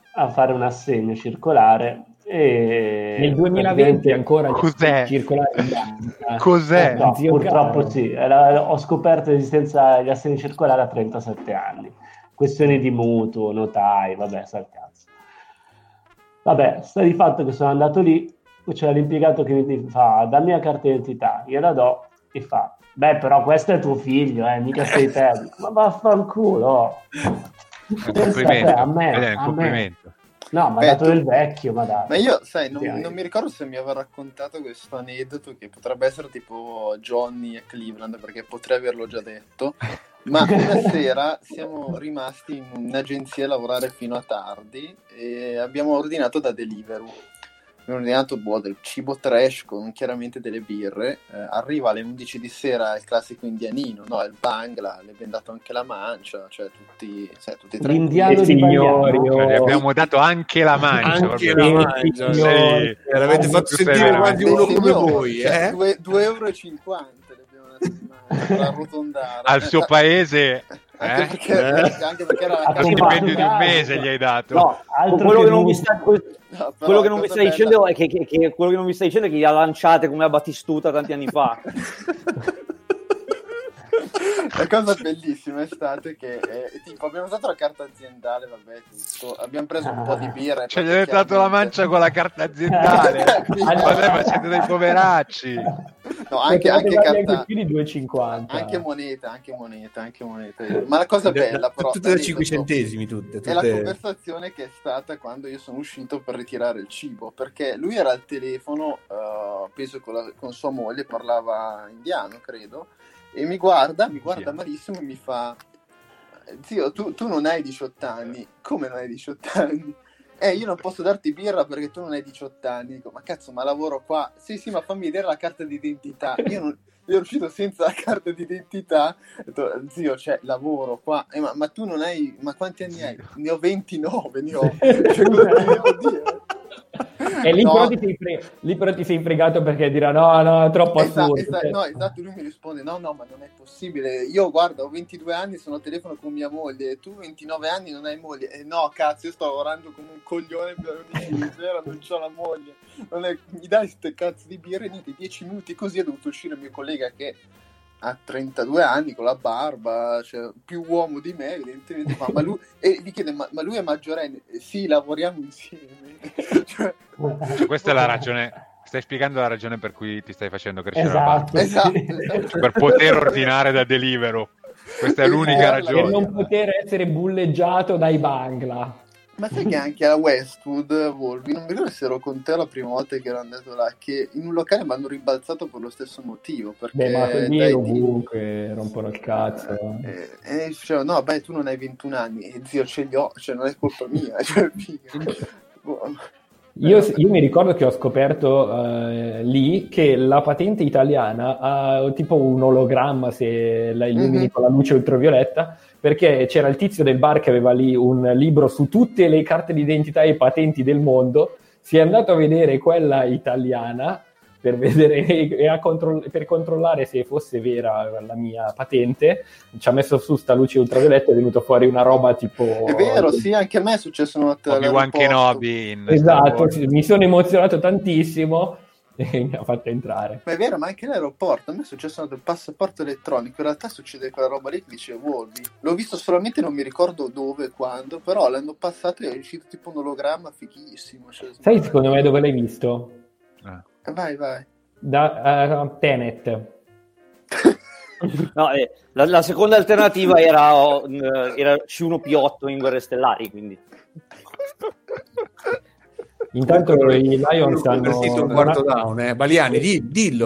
a fare un assegno circolare. E nel 2020 ancora cos'è? Circolare cos'è? No, purtroppo sì, ho scoperto l'esistenza degli assegni circolari a 37 anni, questioni di mutuo, notai, vabbè, sa il cazzo. Vabbè, sta di fatto che sono andato lì, c'era l'impiegato che mi fa: dammi la carta d'identità, gliela do, e fa: beh, però questo è tuo figlio, mica sei te. Ma vaffanculo. Un complimento, un complimento. No, ma ha dato del vecchio, ma dai. Ma io, sai, non mi ricordo se mi aveva raccontato questo aneddoto, che potrebbe essere tipo Johnny e Cleveland, perché potrei averlo già detto, ma una sera siamo rimasti in un'agenzia a lavorare fino a tardi e abbiamo ordinato da Deliveroo. Abbiamo ordinato del cibo trash con chiaramente delle birre. Arriva alle 11 di sera il classico indianino, no? Il bangla, le abbiamo dato anche la mancia, cioè tutti l'indiano di Bagnano. Cioè, gli abbiamo dato anche la mancia. Anche la mancia, sì. L'avete fatto sentire quasi uno come voi, €2,50 le abbiamo dato di mancia per arrotondare. Al suo paese... Anche perché era lo stipendio di un mese gli hai dato. No, quello che non vi sta dicendo è che quello che non vi sta dicendo è che gli ha lanciate come a Battistuta tanti anni fa. La cosa bellissima è stata che tipo abbiamo usato la carta aziendale, vabbè, tutto. Abbiamo preso un po' di birra, cioè gli hai dato la mancia con la carta aziendale. Vabbè, ma siete dei poveracci. No, anche carta, più di 2,50. anche moneta. Ma la cosa bella, però, tutte da 5 centesimi, tutte. È la conversazione che è stata quando io sono uscito per ritirare il cibo, perché lui era al telefono, penso con sua moglie, parlava indiano, credo, e mi guarda malissimo e mi fa: zio, tu non hai 18 anni. Come non hai 18 anni? Io non posso darti birra perché tu non hai 18 anni. Dico: ma cazzo, ma lavoro qua. Sì, ma fammi vedere la carta d'identità. Io ero uscito senza la carta d'identità. Ho detto: zio, lavoro qua. Ma tu non hai... Ma quanti anni hai? Ne ho 29, ne ho. Cioè, cosa ti devo dire? E lì, no. Lì però ti sei fregato perché dirà no, è troppo assurdo. Esatto, lui mi risponde: no, ma non è possibile. Io, guarda, ho 22 anni, sono a telefono con mia moglie, tu 29 anni non hai moglie. No, cazzo, io sto lavorando come un coglione per 11 di sera, non c'ho la moglie. Mi dai ste cazzo di birre, niente, 10 minuti così è dovuto uscire il mio collega che ha 32 anni con la barba, cioè più uomo di me evidentemente, ma lui, e gli chiede: ma lui è maggiorenne? Sì, lavoriamo insieme. Cioè, questa è la ragione, stai spiegando la ragione per cui ti stai facendo crescere la barba. Esatto. Per poter ordinare da Deliveroo, questa è l'unica ragione, per non poter essere bulleggiato dai bangla. Ma sai che anche a Westwood, Volvi, non mi ricordo se ero con te la prima volta che ero andato là, che in un locale mi hanno ribalzato per lo stesso motivo, perché ma quelli ovunque rompono il cazzo. Diceva: no, tu non hai 21 anni. E zio, ce li ho, cioè non è colpa mia. Cioè, io mi ricordo che ho scoperto lì che la patente italiana ha tipo un ologramma se la illumini con la luce ultravioletta, perché c'era il tizio del bar che aveva lì un libro su tutte le carte d'identità e patenti del mondo, si è andato a vedere quella italiana per vedere per controllare se fosse vera la mia patente, ci ha messo su sta luce ultravioletta, è venuto fuori una roba tipo... È vero, sì, anche a me è successo una volta. Obi-Wan Kenobi in esatto, mi sono emozionato tantissimo e mi ha fatto entrare. Ma è vero, ma anche l'aeroporto, a me è successo del passaporto elettronico, in realtà succede quella roba lì che dice Volvi, l'ho visto solamente, non mi ricordo dove e quando, però l'hanno passato e è uscito tipo un ologramma fighissimo. Cioè, sai secondo me dove l'hai visto? Vai. Da Tenet. No, la seconda alternativa era C1P8 in Guerre Stellari, quindi. Intanto i Lions hanno un quarto down, Baliani, dillo.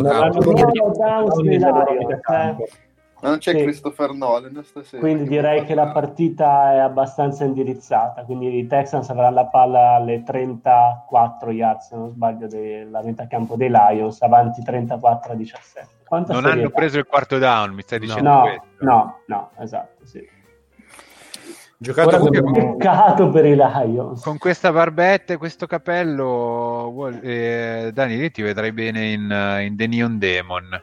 Ma non c'è Christopher Nolan stasera. Quindi direi che la partita è abbastanza indirizzata, quindi i Texans avranno la palla alle 34 yard, se non sbaglio, della metà campo dei Lions, avanti 34-17. Non hanno preso il quarto down, mi stai dicendo questo? No, esatto, sì. Giocato peccato per i Lions. Con questa barbetta e questo capello, Dani, ti vedrai bene in The Neon Demon.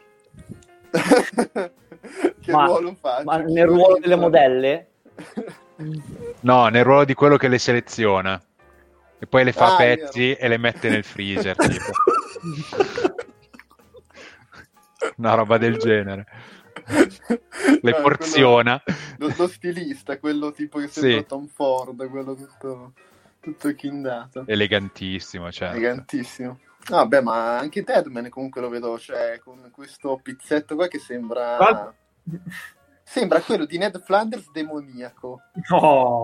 Che ruolo fa? Ma nel ruolo delle modelle? No, nel ruolo di quello che le seleziona. e poi le fa a pezzi e le mette nel freezer, tipo. Una roba del genere. Le porziona. Lo stilista, quello tipo che sembra Tom Ford, quello tutto chindato. Elegantissimo, certo. Elegantissimo. No, beh, ma anche Deadman comunque lo vedo, cioè, con questo pizzetto qua che sembra... Sembra quello di Ned Flanders demoniaco. No!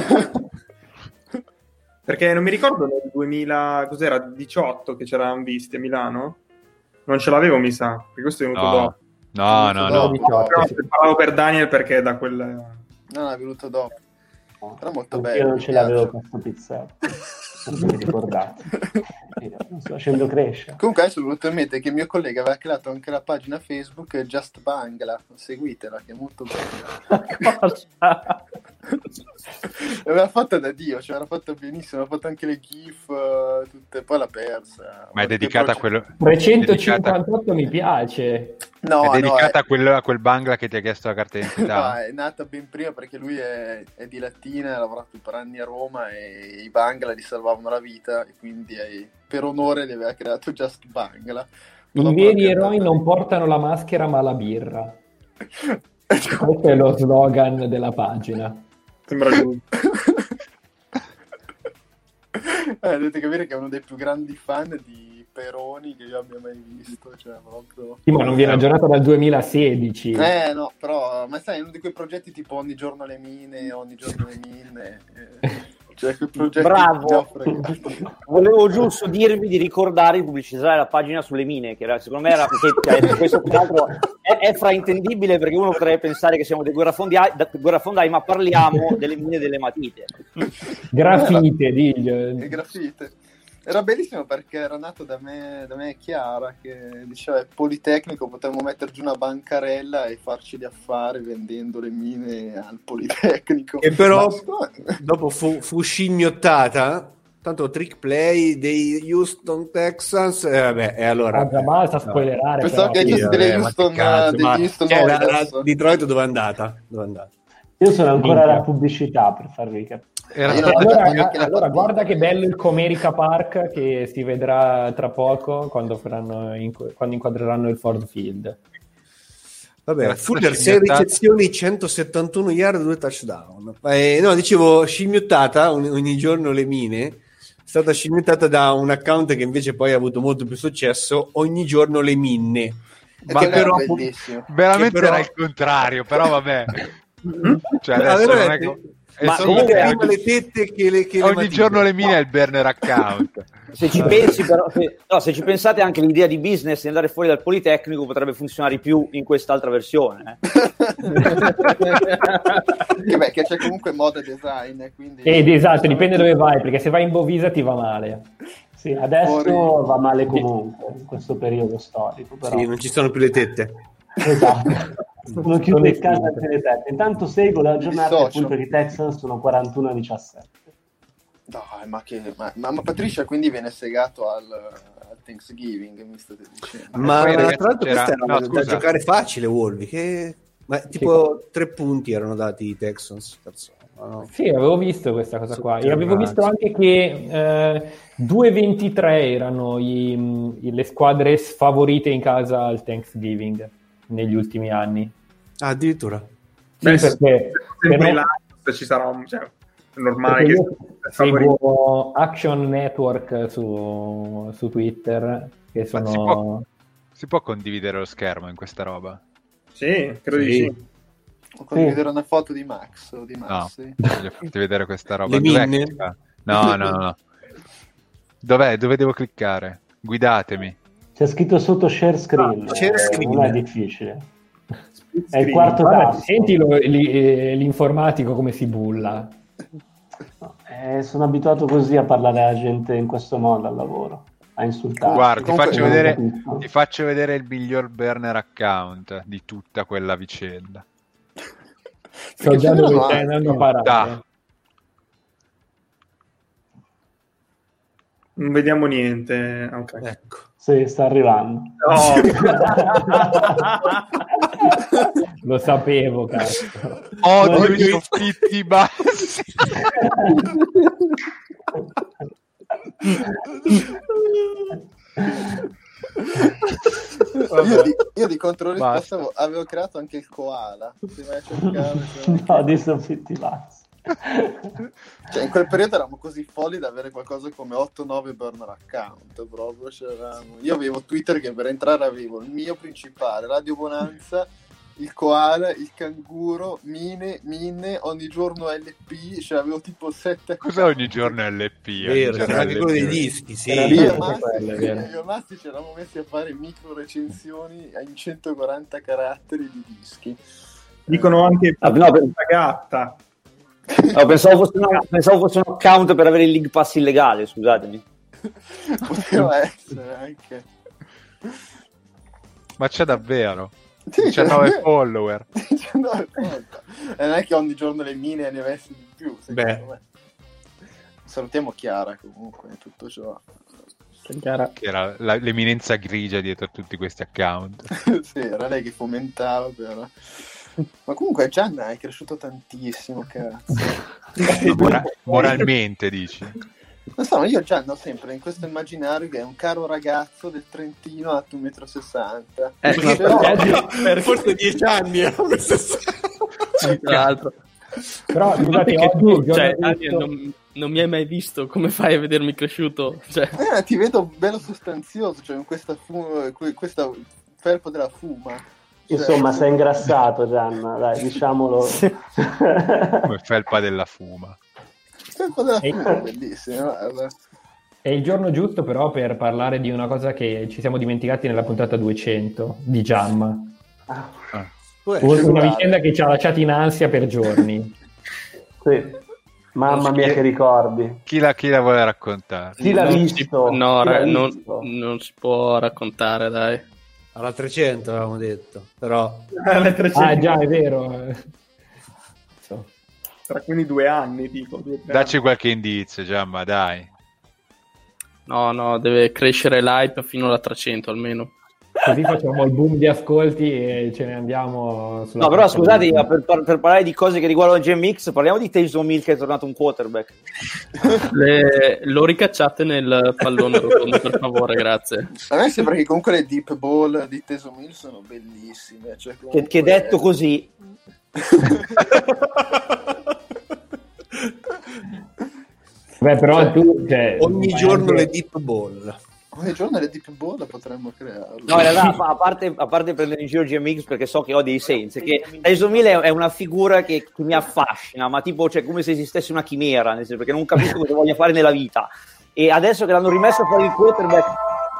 Perché non mi ricordo nel 2018 che ci eravamo visti a Milano? Non ce l'avevo, mi sa, perché questo è venuto dopo. No. Però parlavo per Daniel perché da quel... No, è venuto dopo. Era molto bello. Io non ce l'avevo questo pizzetto. Non mi ricordate. Non sto facendo crescere. Comunque adesso ho voluto ammettere che il mio collega aveva creato anche la pagina Facebook Just Bangla. Seguitela, che è molto bella. L'aveva fatta da Dio, cioè era fatta benissimo, aveva fatto anche le GIF tutte, poi l'ha persa. Ma è dedicata a quello 358 mi piace. No, è dedicata a quel Bangla che ti ha chiesto la carta d'identità. No, è nata ben prima perché lui è di Latina, ha lavorato per anni a Roma e i Bangla gli salvavano la vita e quindi per onore gli aveva creato Just Bangla. I veri eroi non portano la maschera ma la birra. Questo è lo slogan della pagina. Sembra giusto. Dovete capire che è uno dei più grandi fan di Peroni che io abbia mai visto, cioè proprio... Sì, ma non viene aggiornato dal 2016. No, però, ma sai, è uno di quei progetti tipo ogni giorno le mine, cioè quei progetti... Bravo! Volevo giusto dirvi di ricordare di pubblicizzare la pagina sulle mine, che era, secondo me era... questo tra l'altro è fraintendibile perché uno potrebbe pensare che siamo dei guerrafondai, ma parliamo delle mine delle matite. Grafite, diglio. Grafite. Era bellissimo perché era nato da me e Chiara che diceva Politecnico, potevamo mettere giù una bancarella e farci gli affari vendendo le mine al Politecnico. E però dopo fu scimmiottata, tanto trick play dei Houston Texans e allora basta spoilerare. Pensavo che fosse degli Houston la Detroit dove è andata? Io sono ancora alla pubblicità per farvi capire. Allora guarda che bello il Comerica Park che si vedrà tra poco quando inquadreranno il Ford Field. Vabbè, Fuller 6 ricezioni, 171 yard, 2 touchdown. No, dicevo scimmiottata ogni giorno le mine. È stata scimmiottata da un account che invece poi ha avuto molto più successo, ogni giorno le minne. Ma però veramente era il contrario, però vabbè. Cioè adesso non è che... Ma comunque prima le tette che ogni giorno le mine è il burner account. Se ci pensi però, se ci pensate anche l'idea di business di andare fuori dal Politecnico potrebbe funzionare più in quest'altra versione. Che c'è comunque moda design, quindi... esatto, dipende dove vai, perché se vai in Bovisa ti va male. Sì, adesso va male comunque in questo periodo storico. Però. Sì, non ci sono più le tette. Esatto. Sono chiuso in casa anche le tette. Intanto seguo la giornata appunto che i Texans sono 41-17. Dai, ma Patricia quindi viene segato al Thanksgiving, mi state dicendo. Ma tra l'altro questa era da giocare facile, Wolvi, ma tipo 3 punti erano dati i Texans. No. Sì, avevo visto questa cosa qua. E avevo visto anche che 2-23 erano le squadre sfavorite in casa al Thanksgiving negli ultimi anni. Addirittura. Sì, perché ci sarà è normale che seguo Action Network su Twitter che sono... si può condividere lo schermo in questa roba? Sì, credo di sì. O condividere una foto di Max o di Max. No, voglio farti vedere questa roba. No. Dov'è? Dove devo cliccare? Guidatemi. C'è scritto sotto share screen. Share screen. Non è difficile. È il quarto tasto. Senti l'informatico come si bulla. Sono abituato così a parlare alla gente in questo modo al lavoro, a insultare. Guarda, ti faccio vedere il miglior burner account di tutta quella vicenda. So già dove stai andando a parare. Non vediamo niente. Okay. Ecco. Sì, sta arrivando. No. Lo sapevo, cazzo. Odio i soffitti bassi. io di controrisposta avevo creato anche il koala. Se vai a cercare, no, di Soffitti Mazzi. Cioè, in quel periodo eravamo così folli da avere qualcosa come 8-9 burner account proprio. Io avevo Twitter, che per entrare avevo il mio principale, Radio Bonanza, il koala, il canguro, Mine, ogni giorno LP, cioè avevo tipo 7 account. Cos'è ogni giorno LP? Vero, c'era anche quello dei dischi, sì. Io e Massi ci eravamo messi a fare micro recensioni in 140 caratteri di dischi. Dicono anche gatta. No, pensavo fosse un account per avere il League Pass illegale, scusatemi. Poteva essere anche. Ma c'è davvero? 19 follower. 19 follower. E non è che ogni giorno le mine ne avessi di più, secondo me. Salutiamo Chiara comunque, tutto ciò. Chiara. Che era l'eminenza grigia dietro a tutti questi account. Sì, era lei che fomentava, però. Ma comunque Gianna è cresciuto tantissimo, cazzo. Moralmente dici? Non so, ma io Gianna ho sempre in questo immaginario che è un caro ragazzo del Trentino alto 1,60 m. Forse 10 anni a 1,60 m. Tra l'altro. Però scusate, che tu, cioè, non mi hai mai visto, come fai a vedermi cresciuto? Cioè... ti vedo bello sostanzioso, cioè in questa felpa della fuma. Insomma, sei ingrassato, Gianna, dai, diciamolo. Come felpa della fuma. Felpa della fuma, bellissimo. È il giorno giusto però per parlare di una cosa che ci siamo dimenticati nella puntata 200 di Jamma. Una vicenda che ci ha lasciati in ansia per giorni. Sì. Mamma mia, che ricordi. Chi la vuole raccontare? Chi l'ha visto? Non si può raccontare, dai. Alla 300 avevamo detto, però... già, è vero. Tra quindi 2 anni, tipo. 2 Dacci qualche indizio, Giamma, dai. No, deve crescere l'hype fino alla 300 almeno. Così facciamo il boom di ascolti e ce ne andiamo sulla... No, però scusate, per parlare di cose che riguardano GMX, parliamo di Taysom Hill che è tornato un quarterback. Lo ricacciate nel pallone rotondo, per favore, grazie. A me sembra che comunque le deep ball di Taysom Hill sono bellissime. Cioè, che detto così... Beh, però tu... ogni giorno le deep ball. Ogni giorno le deep ball potremmo crearle. No, in realtà, a parte prendere in giro GMX, perché so che ho dei sensi, che Taysom Hill è una figura che mi affascina, ma tipo, cioè, come se esistesse una chimera, nel senso, perché non capisco cosa voglia fare nella vita. E adesso che l'hanno rimesso a fare il quarterback...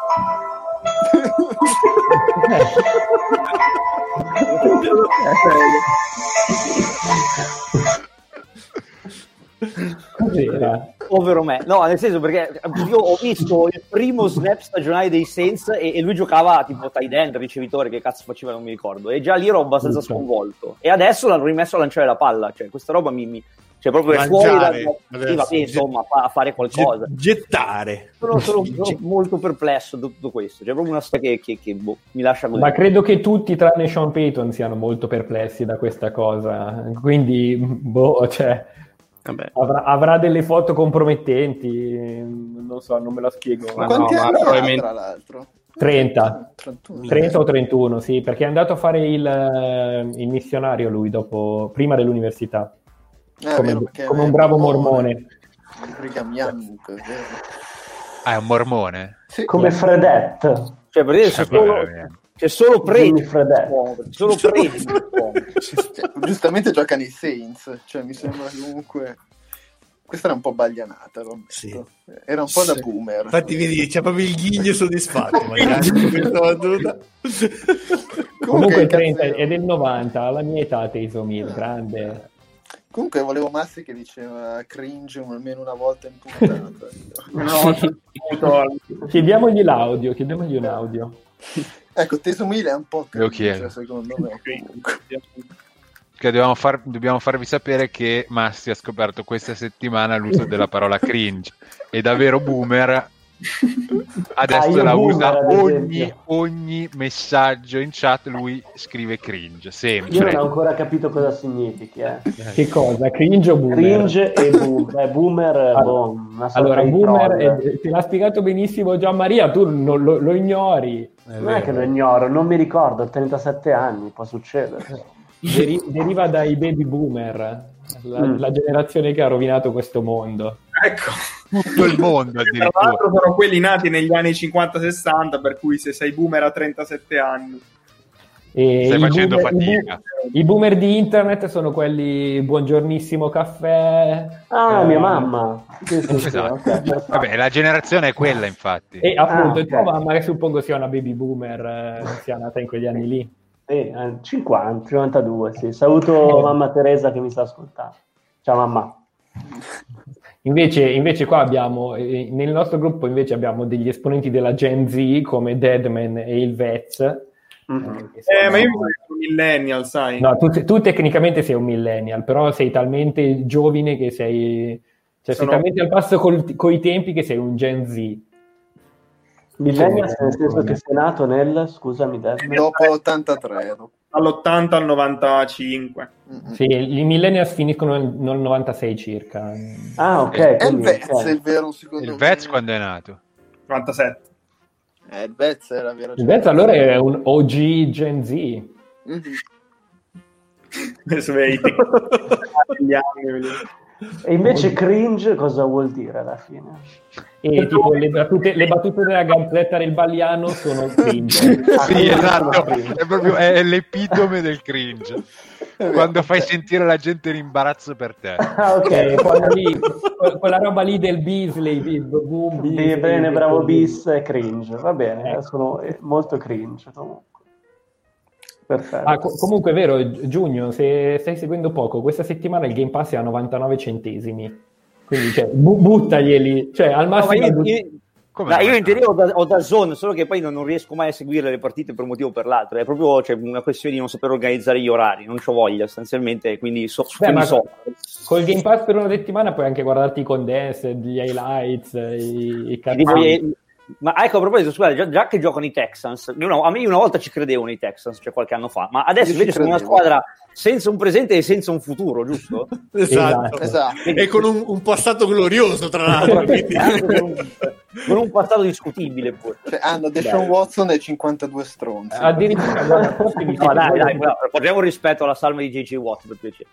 Cos'era? Povero me, no, nel senso, perché io ho visto il primo snap stagionale dei Saints e lui giocava tipo tight end, ricevitore, che cazzo faceva non mi ricordo, e già lì ero abbastanza sconvolto, e adesso l'hanno rimesso a lanciare la palla, cioè questa roba cioè proprio è fuori insomma, a fare qualcosa, gettare. Sono molto perplesso da tutto questo, cioè proprio una storia che mi lascia così. Ma credo che tutti tranne Sean Payton siano molto perplessi da questa cosa, quindi cioè avrà delle foto compromettenti, non so, non me la spiego. Ma quanti anni probabilmente... tra l'altro? 30 o 31, sì, perché è andato a fare il missionario lui prima dell'università, come un bravo mormone. È un mormone? Sì. Come Fredette. Cioè, per dire, c'è solo predi, solo predi. Giustamente gioca nei Saints, cioè mi sembra comunque questa era un po' baglianata, sì. Era un po' da boomer. Infatti vedi, c'è proprio il ghigno soddisfatto magari questa battuta. Comunque il 30 è del 90, alla mia età Taysom Hill, grande. Comunque volevo Massi che diceva cringe almeno una volta in puntata. Chiediamogli l'audio, un audio. Ecco, Taysom Hill è un po' cringe, secondo me. Che dobbiamo farvi sapere che Massi ha scoperto questa settimana l'uso della parola cringe e da vero boomer Adesso la usa ogni messaggio in chat, lui scrive cringe sempre. Io non ho ancora capito cosa significhi. Che cosa? Cringe o boomer? Cringe e boomer. Allora, boomer te l'ha spiegato benissimo Gianmaria, tu lo ignori. Non è che lo ignoro, non mi ricordo, ho 37 anni, può succedere. Deriva dai baby boomer, la generazione che ha rovinato questo mondo. Ecco, tutto il mondo addirittura. Tra l'altro sono quelli nati negli anni 50-60, per cui se sei boomer a 37 anni stai facendo fatica. I boomer di internet sono quelli buongiornissimo caffè. Mia mamma. Esatto. Okay. Vabbè, la generazione è quella, infatti. E appunto tua mamma, che suppongo sia una baby boomer, sia nata in quegli anni lì. 50, 52, sì. Saluto mamma Teresa che mi sta ascoltando. Ciao mamma. Invece qua abbiamo, nel nostro gruppo invece abbiamo degli esponenti della Gen Z come Deadman e il Vez. Ma io sono un millennial, sai? No, tu tecnicamente sei un millennial, però sei talmente giovane che sei talmente al passo coi tempi che sei un Gen Z. Millennial nel senso che sei nato scusami, dopo l'83, dall'80 al 95. Sì, i millennials finiscono nel 96 circa. Ok. È il Vez, è il vero, secondo me. Il Vez quando è nato? 97. Il Vez era vero. Il Vez allora è un OG Gen Z. E invece cringe cosa vuol dire alla fine? E tipo le battute della gazzetta del Baliano sono cringe. Sì, esatto, è l'epitome del cringe. Quando fai sentire la gente in imbarazzo per te. Quella roba lì del Beasley, bene, bravo bis è cringe, va bene, sono molto cringe comunque. Perfetto. Comunque è vero, Giugno, se stai seguendo poco, questa settimana il Game Pass è a 99 centesimi, quindi buttaglieli, al massimo. Io in teoria ho da zone, solo che poi non riesco mai a seguire le partite per un motivo o per l'altro, è proprio una questione di non saper organizzare gli orari, non c'ho voglia sostanzialmente, quindi col Game Pass per una settimana puoi anche guardarti i condensed, gli highlights, i cartoni. Ma ecco, a proposito, scusate, già che giocano i Texans, a me una volta ci credevo nei Texans, qualche anno fa, ma adesso invece sono una squadra senza un presente e senza un futuro, giusto? Esatto. E con un passato glorioso, tra l'altro. Con un passato discutibile pure. Hanno Deshaun Watson e 52 stronzi. Addirittura. Dai, portiamo rispetto alla salma di J.J. Watt, per piacere.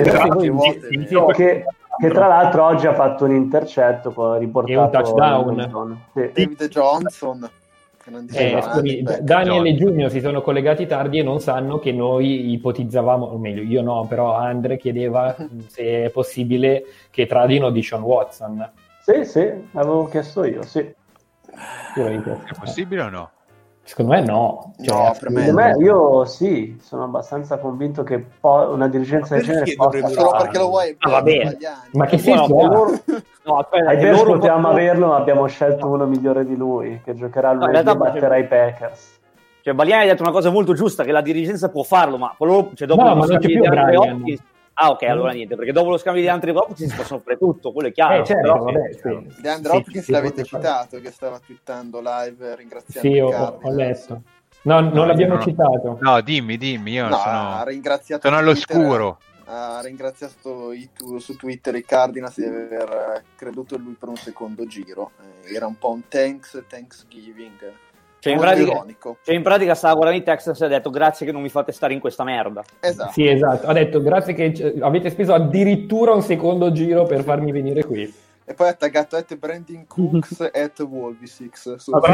Che tra l'altro oggi ha fatto un intercetto, poi ha riportato un touchdown. David Johnson. Daniel e Giugno si sono collegati tardi e non sanno che noi ipotizzavamo, o meglio io no, però Andre chiedeva se è possibile che tradino Deshaun Watson. Sì, avevo chiesto io, sì. È possibile o no? Secondo me no. Secondo me io sì, sono abbastanza convinto che una dirigenza del genere possa solo perché lo vuoi. Va bene. Ma che senso? Adesso potevamo averlo, abbiamo scelto uno migliore di lui che giocherà lui e batterà i Packers. Baliani ha detto una cosa molto giusta, che la dirigenza può farlo, ma dopo ma non c'è più Brian. Allora niente, perché dopo lo scambio di Andre Hopkins si possono fare tutto, quello è chiaro. Di Andre Hopkins l'avete citato, che stava twittando live ringraziando ho letto. No, non l'abbiamo citato. No, dimmi, io sono all'oscuro. Ha ringraziato su Twitter i Cardinals di aver creduto in lui per un secondo giro. Era un po' un Thanksgiving. In pratica stava guardando i Texans e ha detto grazie che non mi fate stare in questa merda. Esatto. Sì, esatto. Ha detto grazie che avete speso addirittura un secondo giro per farmi venire qui. E poi ha taggato Brandon Cooks @Wolvisix.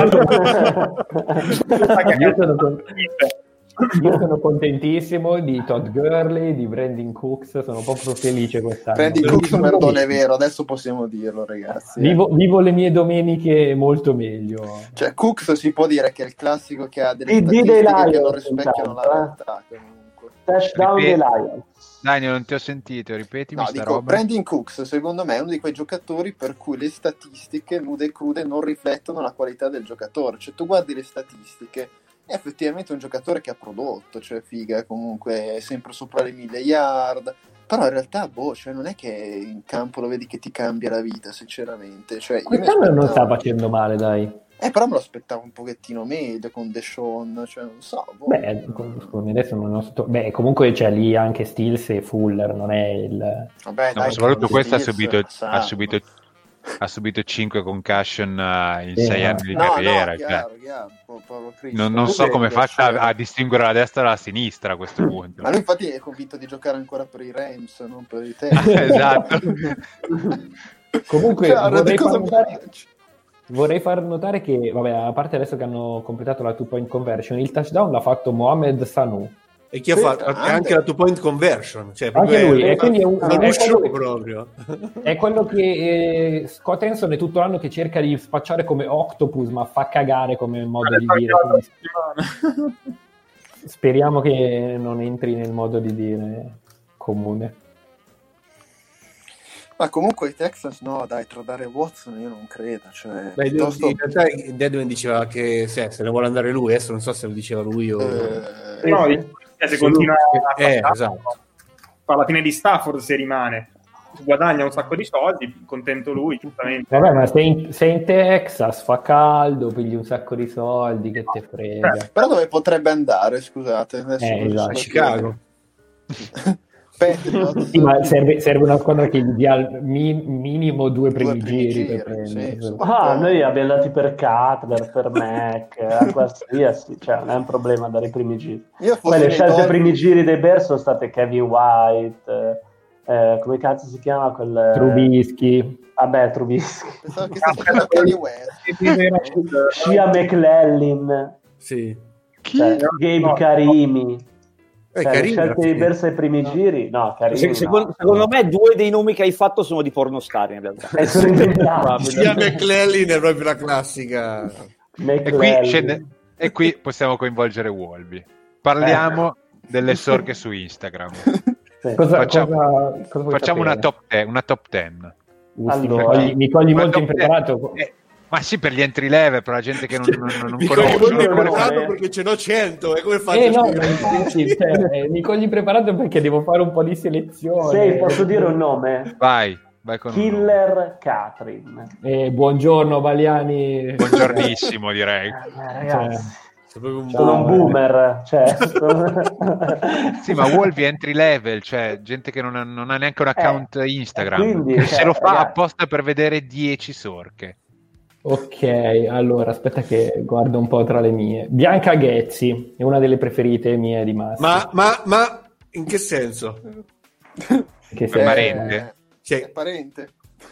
Io sono contentissimo di Todd Gurley, di Brandon Cooks, sono proprio felice quest'anno. Brandon Cooks non è vero, adesso possiamo dirlo, ragazzi. Vivo le mie domeniche molto meglio. Cooks si può dire che è il classico che ha delle statistiche che non rispecchiano la realtà. Comunque. Touchdown dei Lions. Daniel, non ti ho sentito, ripetimi roba. Brandon Cooks secondo me è uno di quei giocatori per cui le statistiche nude e crude non riflettono la qualità del giocatore. Tu guardi le statistiche, è effettivamente un giocatore che ha prodotto, figa, comunque è sempre sopra le 1000 yard, Però in realtà, cioè, non è che in campo lo vedi che ti cambia la vita, sinceramente. Cioè, quest'anno non sta facendo male, dai. Però me lo aspettavo un pochettino meglio con Deshaun, cioè non so. Beh, adesso non ho Beh, comunque c'è lì anche Stills e Fuller, non è il... Vabbè, dai, soprattutto questo ha subito 5 concussion in 6 anni di carriera. Chiaro, non so come faccia a distinguere la destra dalla sinistra a questo punto. Ma lui infatti è convinto di giocare ancora per i Rams, non per i Texans. Esatto. Comunque vorrei far notare che, vabbè, a parte adesso che hanno completato la 2-point conversion, il touchdown l'ha fatto Mohamed Sanu. E chi ha fatto anche la 2-point conversion, cioè anche lui, e quindi proprio. È quello che Scott Hanson è tutto l'anno che cerca di spacciare come octopus, ma fa cagare come modo di dire. Speriamo che non entri nel modo di dire comune. Ma comunque i Texans tradare Watson io non credo. Cioè, in realtà Deadman diceva che se ne vuole andare lui, adesso non so se lo diceva lui o... se continua esatto. alla fine di Stafford, se rimane guadagna un sacco di soldi, contento lui, giustamente. Vabbè, ma sei in Texas, fa caldo, pigli un sacco di soldi, che te frega. Però dove potrebbe andare, scusate? Esatto. A Chicago. Sì, ma serve una squadra che gli dia minimo 2 primi giri per prendere. Sì. Noi abbiamo andati per Cutler, per Mac, qualsiasi, cioè non è un problema dare i primi giri. Poi le scelte ai primi giri dei Bears sono state Kevin White, come cazzo si chiama quel... Trubisky. Vabbè, Trubisky. Pensavo che si chiama Kanye West. Shia McClellin. Sì. Cioè, Gabe Karimi. Le scelte di Bears ai primi giri? No, Karimi secondo me 2 dei nomi che hai fatto sono di pornostar in realtà. Sia McClellan è proprio la classica. E qui possiamo coinvolgere Wolby. Parliamo delle sorche su Instagram. Facciamo una top 10. Allora, mi cogli molto impreparato. Ma sì, per gli entry level, per la gente che non conosce. Perché ce n'ho 100, e come faccio? Mi cogli preparato perché devo fare un po' di selezione. Sì, posso dire un nome? Vai con Killer Catherine. Buongiorno Baliani. Buongiornissimo, direi. Ragazzi. Sono un boomer, sì, ma Wolby è entry level, cioè gente che non ha neanche un account Instagram, quindi, se lo fa apposta per vedere 10 sorche. Ok, allora aspetta che guardo un po' tra le mie. Bianca Ghezzi è una delle preferite mie di Massi. Ma in che senso? Che è parente? È parente?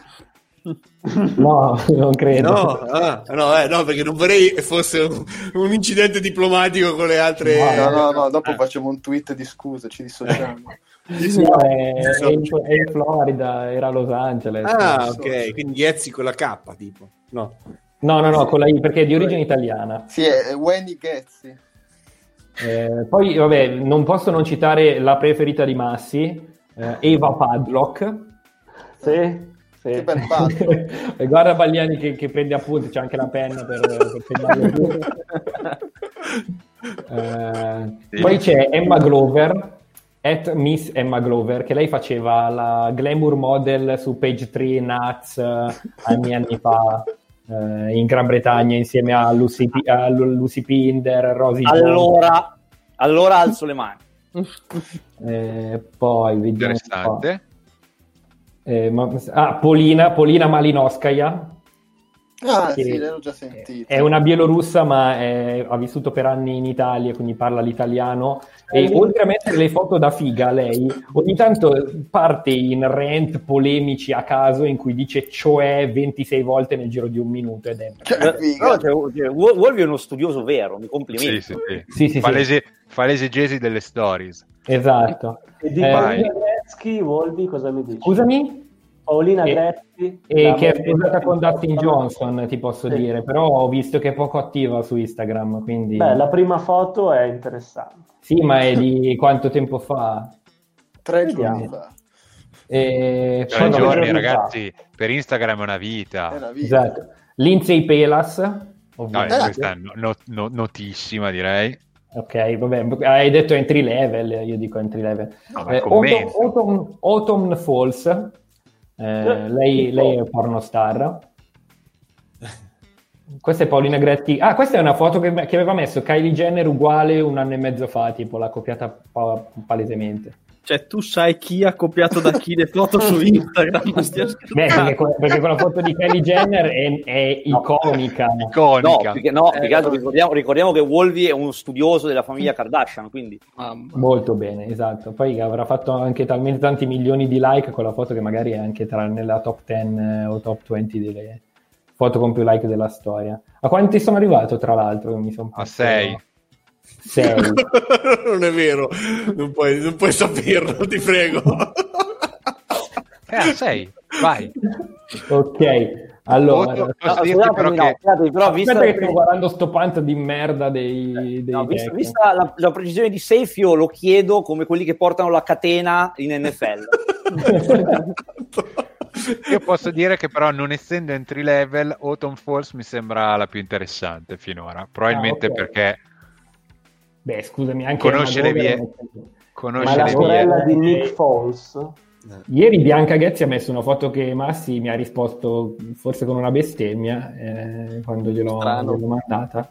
No, non credo. No, perché non vorrei fosse un incidente diplomatico con le altre. No, dopo facciamo un tweet di scusa, ci dissociamo. È in Florida, era a Los Angeles. Ok, quindi Ghezzi con la K, tipo. No, con la I, perché è di origine italiana. Sì, è Wendy Ghezzi. Poi, vabbè, non posso non citare la preferita di Massi, Eva Padlock. Sì. Che bel Padlock. Guarda Bagliani che prende appunti, c'è anche la penna per segnare. Poi c'è Emma Glover, @Miss Emma Glover, che lei faceva la glamour model su Page 3 Nuts anni fa in Gran Bretagna insieme a Lucy Pinder, Rosie. Allora alzo le mani. Poi vediamo interessante. Polina Malinowskaja. Sì, l'ho già sentito. È una bielorussa, ma ha vissuto per anni in Italia, quindi parla l'italiano. E oltre a mettere le foto da figa, lei ogni tanto parte in rant polemici a caso in cui dice cioè 26 volte nel giro di un minuto. Ed è Wolby è uno studioso vero, mi complimenti. Sì. Fa l'esegesi delle stories. Esatto. E di Paolina Gretzky, Wolby, cosa mi dici? Scusami? Paolina Gretzky, che è sposata con Dustin Johnson, ti posso dire, però ho visto che è poco attiva su Instagram, quindi... Beh, la prima foto è interessante. Sì, ma è di quanto tempo fa? 3 giorni fa. 3 giorni, ragazzi, per Instagram è una vita. Esatto. Lindsay Pelas, questa è notissima, direi. Ok, vabbè, hai detto entry level, io dico entry level. Autumn Falls, lei è pornostar. Questa è Paolina Gretti. Ah, questa è una foto che aveva messo Kylie Jenner uguale un anno e mezzo fa, tipo l'ha copiata palesemente. Cioè, tu sai chi ha copiato da chi le foto su Instagram? Perché quella foto di Kylie Jenner è iconica. No, perché ricordiamo che Wolvie è uno studioso della famiglia Kardashian, quindi molto bene, esatto. Poi avrà fatto anche talmente tanti milioni di like con la foto che magari è anche nella top 10 o top 20 delle foto con più like della storia. A quanti sono arrivato, tra l'altro? A 6. Non è vero, non puoi saperlo, ti prego. 6, vai. Ok, allora però visto che sto guardando sto punt di merda dei vista la precisione di Safe, io lo chiedo come quelli che portano la catena in NFL. Io posso dire che però, non essendo entry level, Autumn Falls mi sembra la più interessante finora, probabilmente perché scusami, anche conosce le vie. Ma la sorella di Nick Foles. Ieri Bianca Ghezzi ha messo una foto che Massi mi ha risposto forse con una bestemmia quando gliel'ho mandata.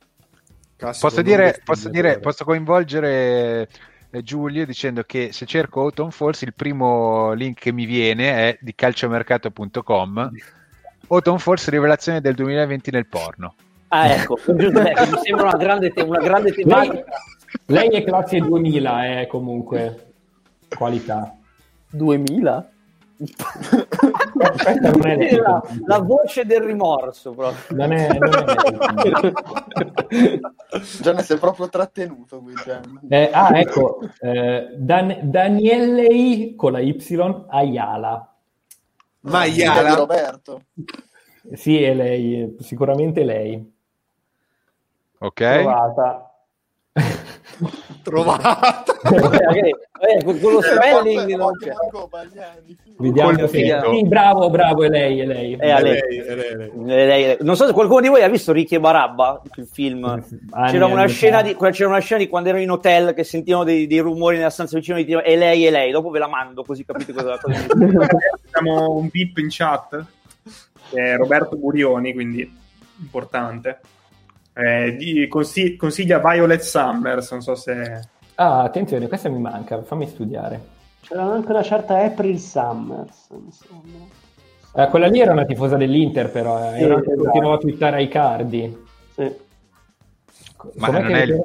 Posso coinvolgere Giulio dicendo che se cerco Autumn Falls il primo link che mi viene è di calciomercato.com. Autumn Falls, rivelazione del 2020 nel porno. Ah, ecco, mi sembra una grande tematica. Lei è classe 2000, comunque qualità 2000. Questa non è la voce del rimorso proprio. Non è Gianni si è proprio trattenuto qui, ecco, Daniele con la Y Ayala. Ma Ayala Roberto. Sì, è lei, sicuramente lei. Ok. Trovata. Con lo spelling non c'è. Vediamo. Sì, bravo, è lei. È lei. Non so se qualcuno di voi ha visto Ricky e Barabba, il film. C'era una scena di quando erano in hotel che sentivano dei rumori nella stanza vicino di e lei. Dopo ve la mando così capite cosa. Abbiamo un VIP in chat, che è Roberto Burioni, quindi importante. Consiglia Violet Summers, non so se... attenzione, questa mi manca, fammi studiare. C'era anche una certa April Summers, mi sembra. Quella lì era una tifosa dell'Inter, però continuava a twittare ai Cardi. Sì. Ma non è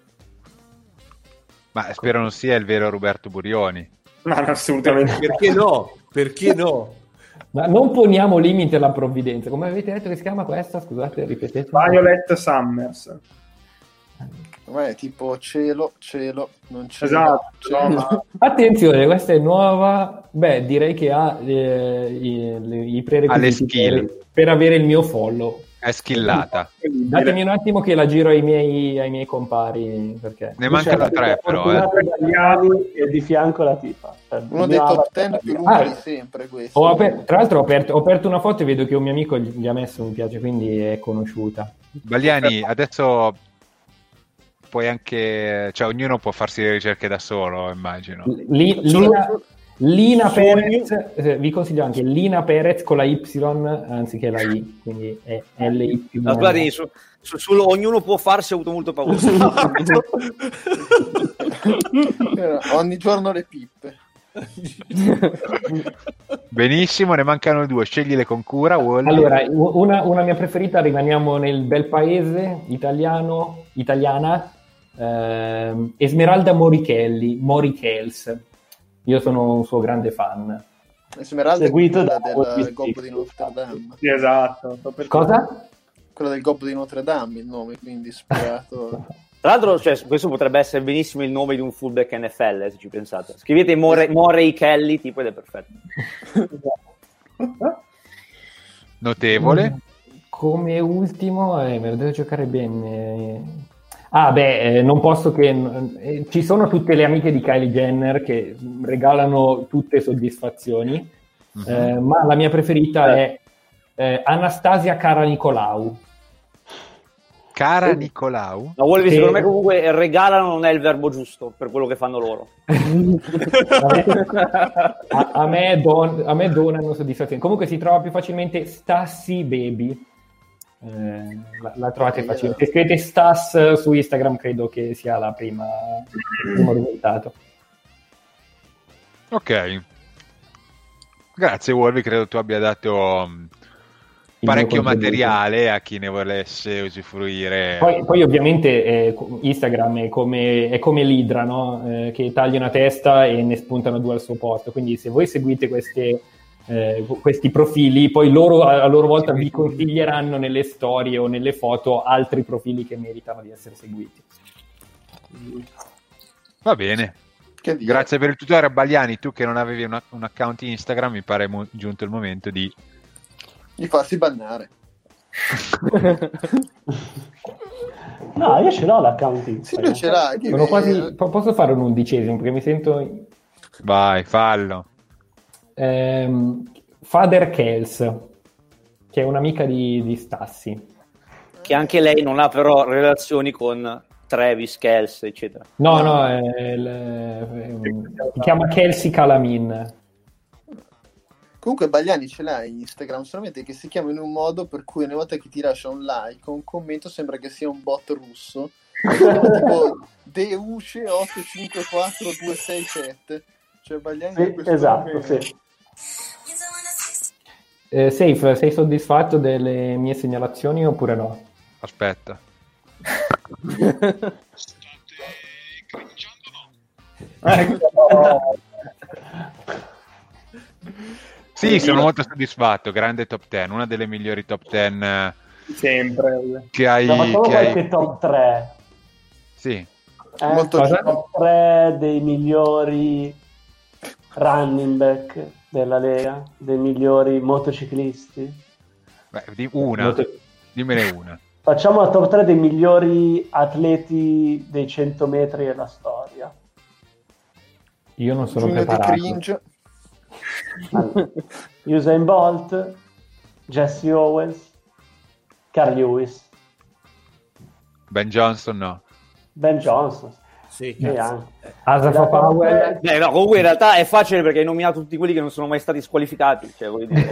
Ma spero non sia il vero Roberto Burioni. Ma assolutamente. Perché no? Ma non poniamo limite alla provvidenza. Come avete detto che si chiama questa? Scusate, ripetete. Violet Summers. È tipo cielo, non c'è. Esatto. Attenzione, questa è nuova. Direi che ha i prerequisiti per avere il mio follow. È skillata. Datemi un attimo che la giro ai miei compari, perché ne mancano 3 però. E di fianco la tifa. Uno dei top 10 più lunghi di sempre questo. Tra l'altro ho aperto una foto e vedo che un mio amico gli ha messo mi piace, quindi è conosciuta. Bagliani, adesso puoi anche, cioè ognuno può farsi le ricerche da solo, immagino. Lina Perez, vi consiglio anche Lina Perez con la Y anziché la I, quindi è LY. Guardi, ognuno può farsi, ho avuto molto paura. Ogni giorno le pippe. Benissimo, ne mancano 2, sceglile con cura. Allora, una mia preferita, rimaniamo nel bel paese italiana, Esmeralda Morichels. Io sono un suo grande fan. Esmeralda seguito del Gobbo di Notre Dame. Sì, esatto. Cosa? Quello del Gobbo di Notre Dame, il nome, quindi ispirato. Tra l'altro, questo potrebbe essere benissimo il nome di un fullback NFL, se ci pensate. Scrivete Morey Kelly, tipo, ed è perfetto. Notevole. Come ultimo, me lo devo giocare bene. Non posso che... ci sono tutte le amiche di Kylie Jenner che regalano tutte soddisfazioni, ma la mia preferita è Anastasia Cara Nicolau. Cara Nicolau? Ma Wolvi, secondo me comunque regalano non è il verbo giusto per quello che fanno loro. a me donano soddisfazione. Comunque si trova più facilmente Stassi Baby. La trovate facilmente. Se scrivete Stas su Instagram credo che sia il primo risultato. Ok. Grazie Wolvi, credo tu abbia dato parecchio materiale a chi ne volesse usufruire. Poi ovviamente Instagram è come l'idra, no? Che taglia una testa e ne spuntano due al suo posto, quindi se voi seguite questi profili, poi loro a loro volta vi consiglieranno nelle storie o nelle foto altri profili che meritano di essere seguiti. Va bene. Grazie per il tutorial, Bagliani. Tu che non avevi un account Instagram, mi pare giunto il momento di farsi bannare. No, io ce l'ho l'account Instagram. Sì, ce l'hai. Sono quasi... Posso fare un 11esimo perché mi sento... Vai, fallo. Father Kels, che è un'amica di Stassi. Che anche lei non ha però relazioni con Travis Kelce, eccetera. No, si chiama Kelsey Calamin. Comunque Bagliani ce l'hai Instagram, solamente che si chiama in un modo per cui ogni volta che ti lascia un like o un commento sembra che sia un bot russo. Tipo Deusce 854267. Cioè Bagliani sì, esatto, sì. Safe, sei soddisfatto delle mie segnalazioni oppure no? Aspetta. State cringiando, no? Sì, sono molto soddisfatto. Grande top 10, una delle migliori top 10 sempre che hai. Qualche top 3. Sì. Top 3 dei migliori running back della Lega, dei migliori motociclisti. Beh, dimmene una. Facciamo la top 3 dei migliori atleti dei 100 metri della storia. Io non sono preparato. Usain Bolt, Jesse Owens, Carl Lewis. Ben Johnson no. Ben Johnson. Sì, Asafa Powell. No, comunque in realtà è facile perché hai nominato tutti quelli che non sono mai stati squalificati, cioè,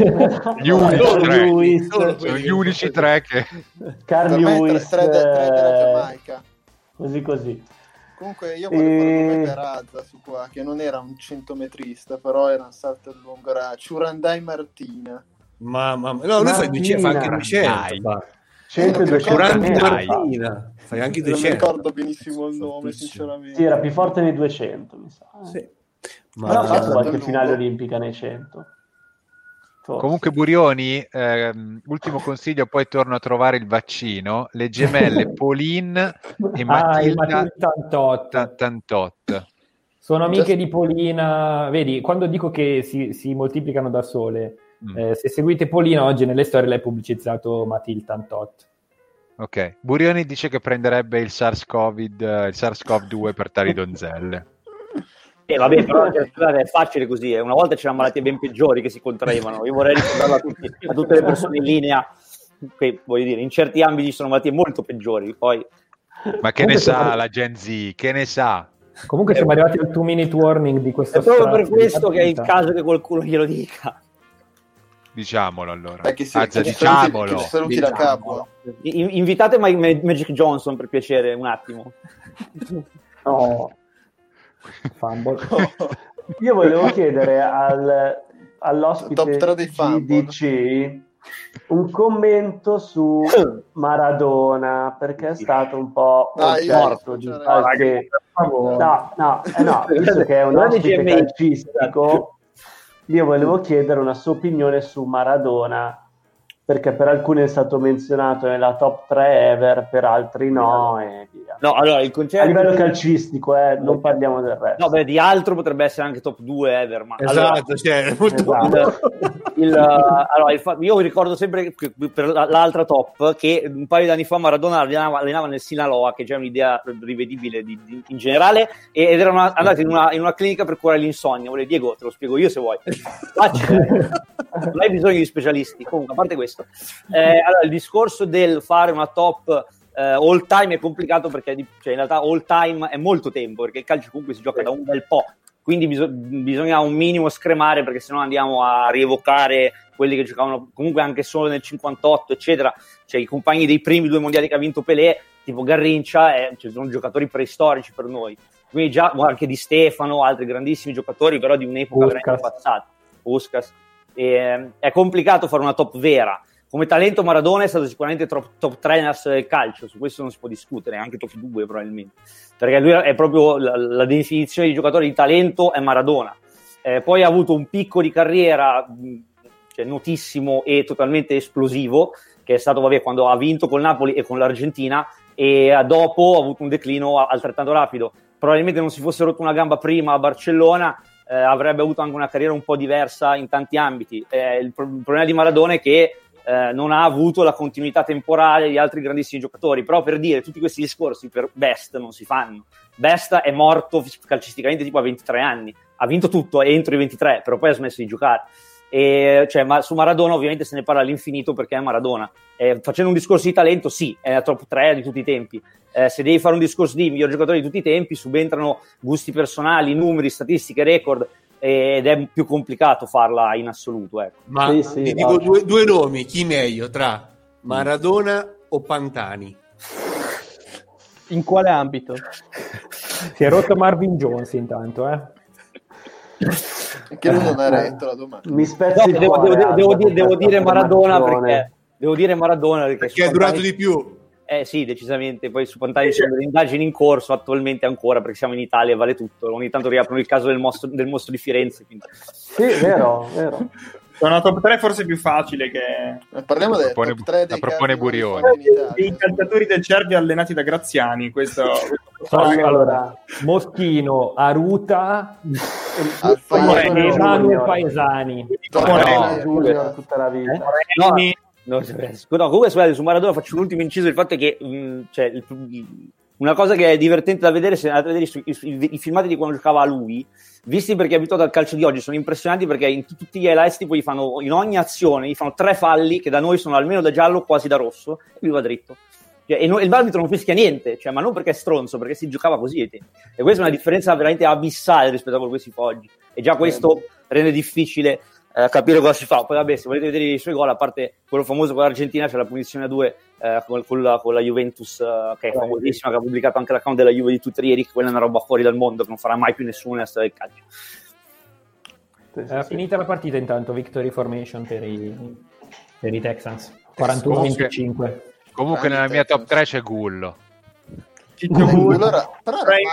gli unici tre che Carl Lewis, tre della Giamaica. Così. Comunque io volevo fare un nome per Azza su qua, che non era un 100metrista, però era un salto lungo, era Ciurandai Martina. No, lui fa anche 200. 100 e 200 Martina. Fai anche 200. Non mi ricordo benissimo il nome, sinceramente. Sì, era più forte nei 200, mi sa. Sì. Ma ha fatto qualche finale olimpica nei 100. Forse. Comunque Burioni, ultimo consiglio, poi torno a trovare il vaccino, le gemelle Pauline e Matilda Tantot. Sono amiche di Polina, vedi, quando dico che si moltiplicano da sole, se seguite Polina oggi nelle storie l'hai pubblicizzato Matilda Tantot. Ok, Burioni dice che prenderebbe il SARS-CoV-2 per tali donzelle. Vabbè, però scusate, è facile così, una volta c'erano malattie ben peggiori che si contraevano. Io vorrei ricordarlo a tutte le persone in linea che, voglio dire, in certi ambiti ci sono malattie molto peggiori, poi... Ma che ne sa la Gen Z? Che ne sa? Comunque siamo arrivati al 2-minute warning di questo. È proprio per questo che è il caso che qualcuno glielo dica. Diciamolo allora. Diciamolo. Saluti da capo. Invitate Magic Johnson per piacere, un attimo. No. Io volevo chiedere all'ospite GDC un commento su Maradona, perché è stato un po' oggetto di qualche... visto che è un ospite calcistico, io volevo chiedere una sua opinione su Maradona, perché per alcuni è stato menzionato nella top 3 ever, per altri no, e via. No, allora, il concetto... A livello calcistico, non parliamo del resto. No, beh, di altro potrebbe essere anche top 2 ever, ma... Esatto, io ricordo sempre che per l'altra top che un paio di anni fa Maradona allenava nel Sinaloa, che è già un'idea rivedibile in generale, ed erano andati in una clinica per curare l'insonnia. Diego, te lo spiego io se vuoi. Non hai bisogno di specialisti. Comunque, a parte questo, allora, il discorso del fare una top all time è complicato perché in realtà all time è molto tempo, perché il calcio comunque si gioca da un bel po', quindi bisogna un minimo scremare, perché sennò andiamo a rievocare quelli che giocavano comunque anche solo nel 58 eccetera, cioè i compagni dei primi 2 mondiali che ha vinto Pelé, tipo Garrincha, cioè sono giocatori preistorici per noi, quindi già anche Di Stefano, altri grandissimi giocatori però di un'epoca veramente passata, Puskas. È complicato fare una top vera. Come talento Maradona è stato sicuramente top 3 nella storia del calcio, su questo non si può discutere, anche top 2 probabilmente, perché lui è proprio la definizione di giocatore di talento è Maradona. Poi ha avuto un picco di carriera cioè, notissimo e totalmente esplosivo, che è stato quando ha vinto col Napoli e con l'Argentina, e dopo ha avuto un declino altrettanto rapido. Probabilmente non si fosse rotto una gamba prima a Barcellona, avrebbe avuto anche una carriera un po' diversa in tanti ambiti. Il problema di Maradona è che non ha avuto la continuità temporale di altri grandissimi giocatori, però per dire tutti questi discorsi per Best non si fanno. Best è morto calcisticamente tipo a 23 anni, ha vinto tutto entro i 23, però poi ha smesso di giocare. Ma su Maradona ovviamente se ne parla all'infinito perché è Maradona. Facendo un discorso di talento, sì, è la top 3 di tutti i tempi. Se devi fare un discorso di miglior giocatore di tutti i tempi, subentrano gusti personali, numeri, statistiche, record, ed è più complicato farla in assoluto. Ecco. Ma ti dico due nomi, chi meglio tra Maradona o Pantani? In quale ambito? Si è rotto Marvin Jones intanto, Che non è retto la domanda. Mi spezzi devo dire Maradona perché è durato di più. Sì, decisamente. Poi su Pantani ci sono delle indagini in corso attualmente ancora, perché siamo in Italia e vale tutto. Ogni tanto riaprono il caso del mostro di Firenze. Quindi. Sì, vero. Sono una top 3 forse più facile che... Parliamo del top 3 dei propone Burioni. I calciatori del Cervi allenati da Graziani. Questo allora, Moschino, Aruta, Emanuele Paesani. Giulio tutta la vita. Comunque su Maradona faccio un ultimo inciso. Il fatto è che una cosa che è divertente da vedere, se andate a vedere i filmati di quando giocava a lui, visti perché è abituato al calcio di oggi, sono impressionanti perché in tutti gli highlights tipo in ogni azione gli fanno 3 falli che da noi sono almeno da giallo quasi da rosso e lui va dritto. E l'arbitro non fischia niente, ma non perché è stronzo, perché si giocava così ai tempi. E questa è una differenza veramente abissale rispetto a quello che si fa oggi. E già questo rende difficile capire cosa si fa. Poi vabbè, se volete vedere i suoi gol, a parte quello famoso con l'Argentina, c'è la punizione a 2 con la Juventus, che è famosissima, che ha pubblicato anche l'account della Juve di Twitter ieri. Quella è una roba fuori dal mondo che non farà mai più nessuno nella storia del calcio. Finita la partita intanto, victory formation per i Texans 41-25. Comunque nella mia top 3 c'è Gullo. Però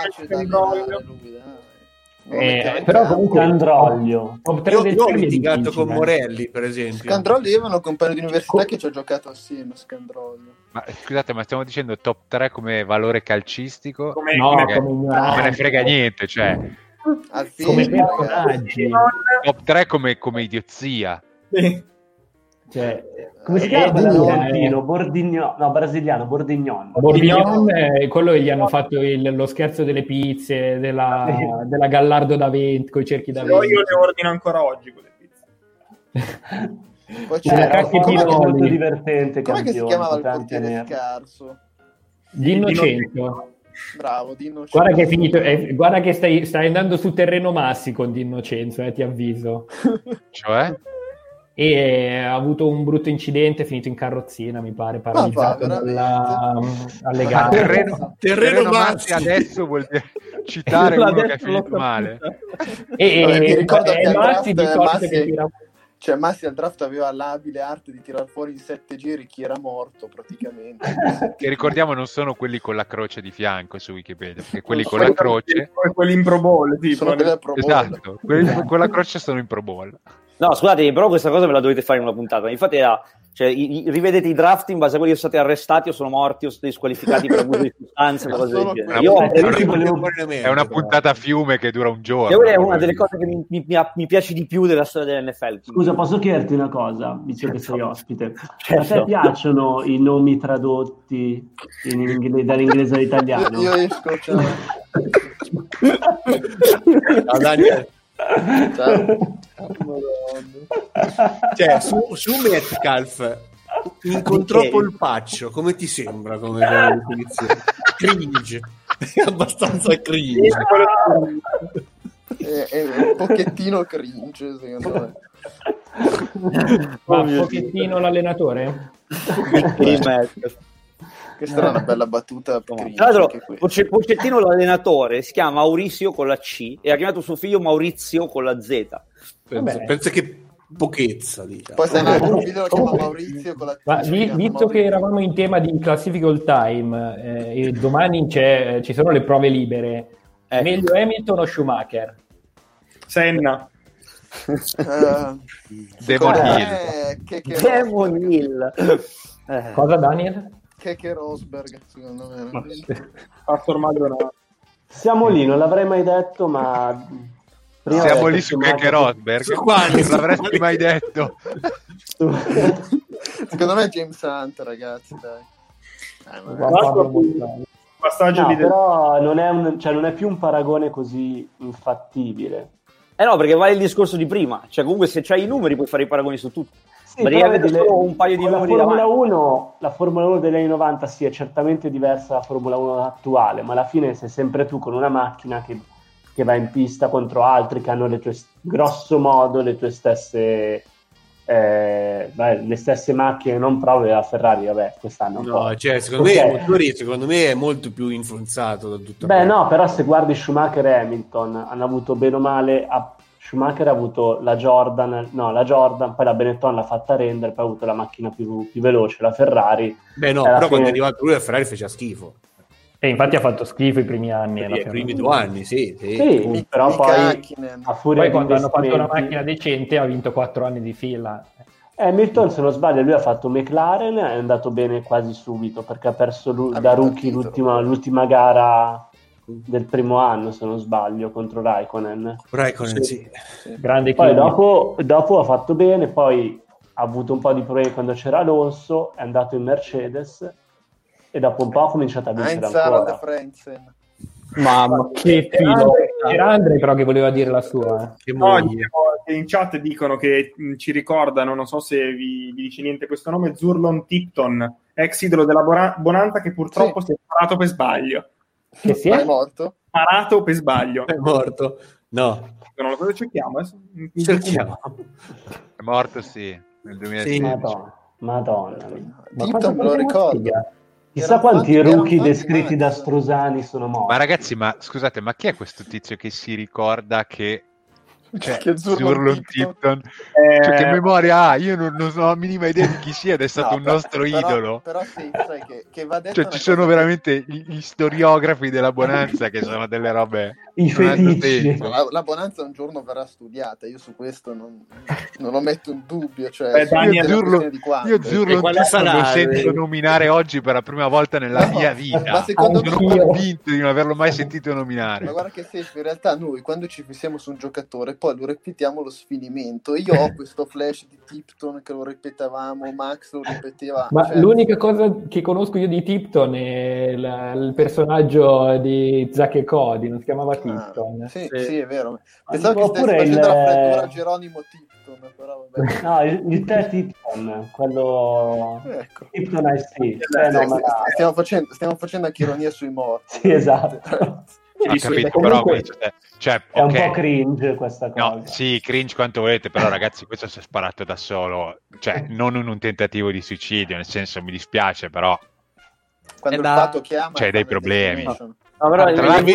però comunque Androglio. Io ho litigato con Morelli, per esempio. Scandrolli aveva un compagno di università che ci ha giocato assieme. Scandrolli. Ma scusate, ma stiamo dicendo top 3 come valore calcistico? Non me ne frega niente, cioè. Come personaggi. Top 3 come idiozia. Cioè, come si chiama? Brasiliano, Bordignon. Bordignon è quello che gli hanno fatto lo scherzo delle pizze, della Gallardo da 20, con i cerchi da 20. Io le ordino ancora oggi quelle pizze. Poi c'è molto divertente. Com'è che si chiamava il portiere scarso? D'Innocenzo. Bravo, D'Innocenzo. Guarda che è finito, guarda che stai andando su terreno massi con D'Innocenzo, ti avviso. Cioè? E ha avuto un brutto incidente, è finito in carrozzina, mi pare, paralizzato alle gambe. Terreno massi adesso vuol dire citare uno che è finito male. E ricordo che Massi Massi al draft aveva l'abile arte di tirar fuori in 7 giri chi era morto praticamente. Che ricordiamo non sono quelli con la croce di fianco su Wikipedia, perché quelli con la croce quelli in Pro Bowl, tipo. Sono delle Pro Bowl. Esatto, quelli con la croce sono in Pro Bowl. No, scusate, però questa cosa ve la dovete fare in una puntata. Infatti rivedete i draft in base a quelli che sono stati arrestati o sono morti o sono stati squalificati per abuso di sostanze o cose del genere. È una puntata a fiume che dura un giorno. È una delle cose che mi piace di più della storia dell'NFL. Scusa, posso chiederti una cosa, visto che sei ospite? A te piacciono i nomi tradotti dall'inglese all'italiano? Io esco, ciao. Ciao Daniel. Cioè su Metcalf incontrò Polpaccio, come ti sembra come definizione? Cringe, è abbastanza cringe. È un pochettino cringe, secondo me. Ma un pochettino l'allenatore? Questa era una bella battuta. Tra l'altro, Pochettino l'allenatore si chiama Maurizio con la C e ha chiamato suo figlio Maurizio con la Z. Pensa che pochezza, diciamo. Poi se un video lo chiama Maurizio con la Ma visto che eravamo in tema di classifica all time e domani ci sono le prove libere, meglio Hamilton o Schumacher? Senna. Demon Hill. Cosa, Daniel? Che Rosberg, secondo me. Siamo lì, non l'avrei mai detto, ma siamo lì su Keke Rosberg. Non l'avresti mai detto. Secondo me James Hunt, ragazzi, dai. Però non è più un paragone così infattibile. No, perché vale il discorso di prima. Cioè, comunque, se c'hai i numeri puoi fare i paragoni su tutti. Sì, solo un paio di numeri la Formula 1 degli anni 90 è certamente diversa dalla Formula 1 attuale, ma alla fine sei sempre tu con una macchina che va in pista contro altri che hanno grosso modo le tue stesse le stesse macchine, non proprio della Ferrari, quest'anno secondo me il motore secondo me è molto più influenzato da tutto. No, però se guardi Schumacher e Hamilton hanno avuto bene o male Schumacher ha avuto la Jordan, poi la Benetton l'ha fatta rendere, poi ha avuto la macchina più veloce, la Ferrari. Però quando è arrivato lui la Ferrari faceva schifo. E infatti ha fatto schifo i primi anni. I primi 2 anni, sì. Però poi quando hanno fatto una macchina decente ha vinto 4 anni di fila. Hamilton, se non sbaglio, lui ha fatto McLaren, è andato bene quasi subito perché ha perso da rookie l'ultima gara del primo anno, se non sbaglio, contro Raikkonen, sì. Grande poi dopo ha fatto bene, poi ha avuto un po' di problemi quando c'era Alonso, è andato in Mercedes e dopo un po' ha cominciato a vincere ancora. Mamma che filo. Era Andre però che voleva dire la sua. In chat dicono che ci ricordano, non so se vi dice niente questo nome, Zurlon Tipton, ex idolo della Bonanza, che purtroppo si è sparato per sbaglio. Che si è morto? Sparato per sbaglio. È morto? No. Non lo so, cerchiamo. Cerchiamo. È morto, sì, nel 2016. Madonna. Tipton me lo ricordo. Chissà quanti rookie descritti da Strusani sono morti. Ma ragazzi, scusate, ma chi è questo tizio che si ricorda che Zurlon Tipton, che memoria io non ho la minima idea di chi sia ed è stato un nostro idolo. Però sì, sai che va detto, ci sono veramente gli storiografi della Bonanza che sono delle robe, i fetici. La Bonanza un giorno verrà studiata, io su questo non lo metto in dubbio, io Zurlon Tipton lo sento nominare oggi per la prima volta nella mia vita, ma secondo me sono convinto di non averlo mai sentito nominare. Ma guarda che in realtà noi quando ci fissiamo su un giocatore poi lo ripetiamo lo sfinimento. Io ho questo flash di Tipton che lo ripetevamo, Max lo ripeteva. Ma l'unica cosa che conosco io di Tipton è il personaggio di Zack e Cody, non si chiamava Tipton. Sì, è vero. Pensavo che stessi facendo la freddura Geronimo Tipton, però vabbè. No, il te Tipton, quello Tipton IC. Stiamo facendo anche ironia sui morti. Sì, esatto. Ho capito, comunque, però è un po' cringe questa cosa. No, sì, cringe quanto volete, però ragazzi, questo si è sparato da solo, non in un tentativo di suicidio, nel senso, mi dispiace, però quando il fatto chiama c'è dei problemi. Però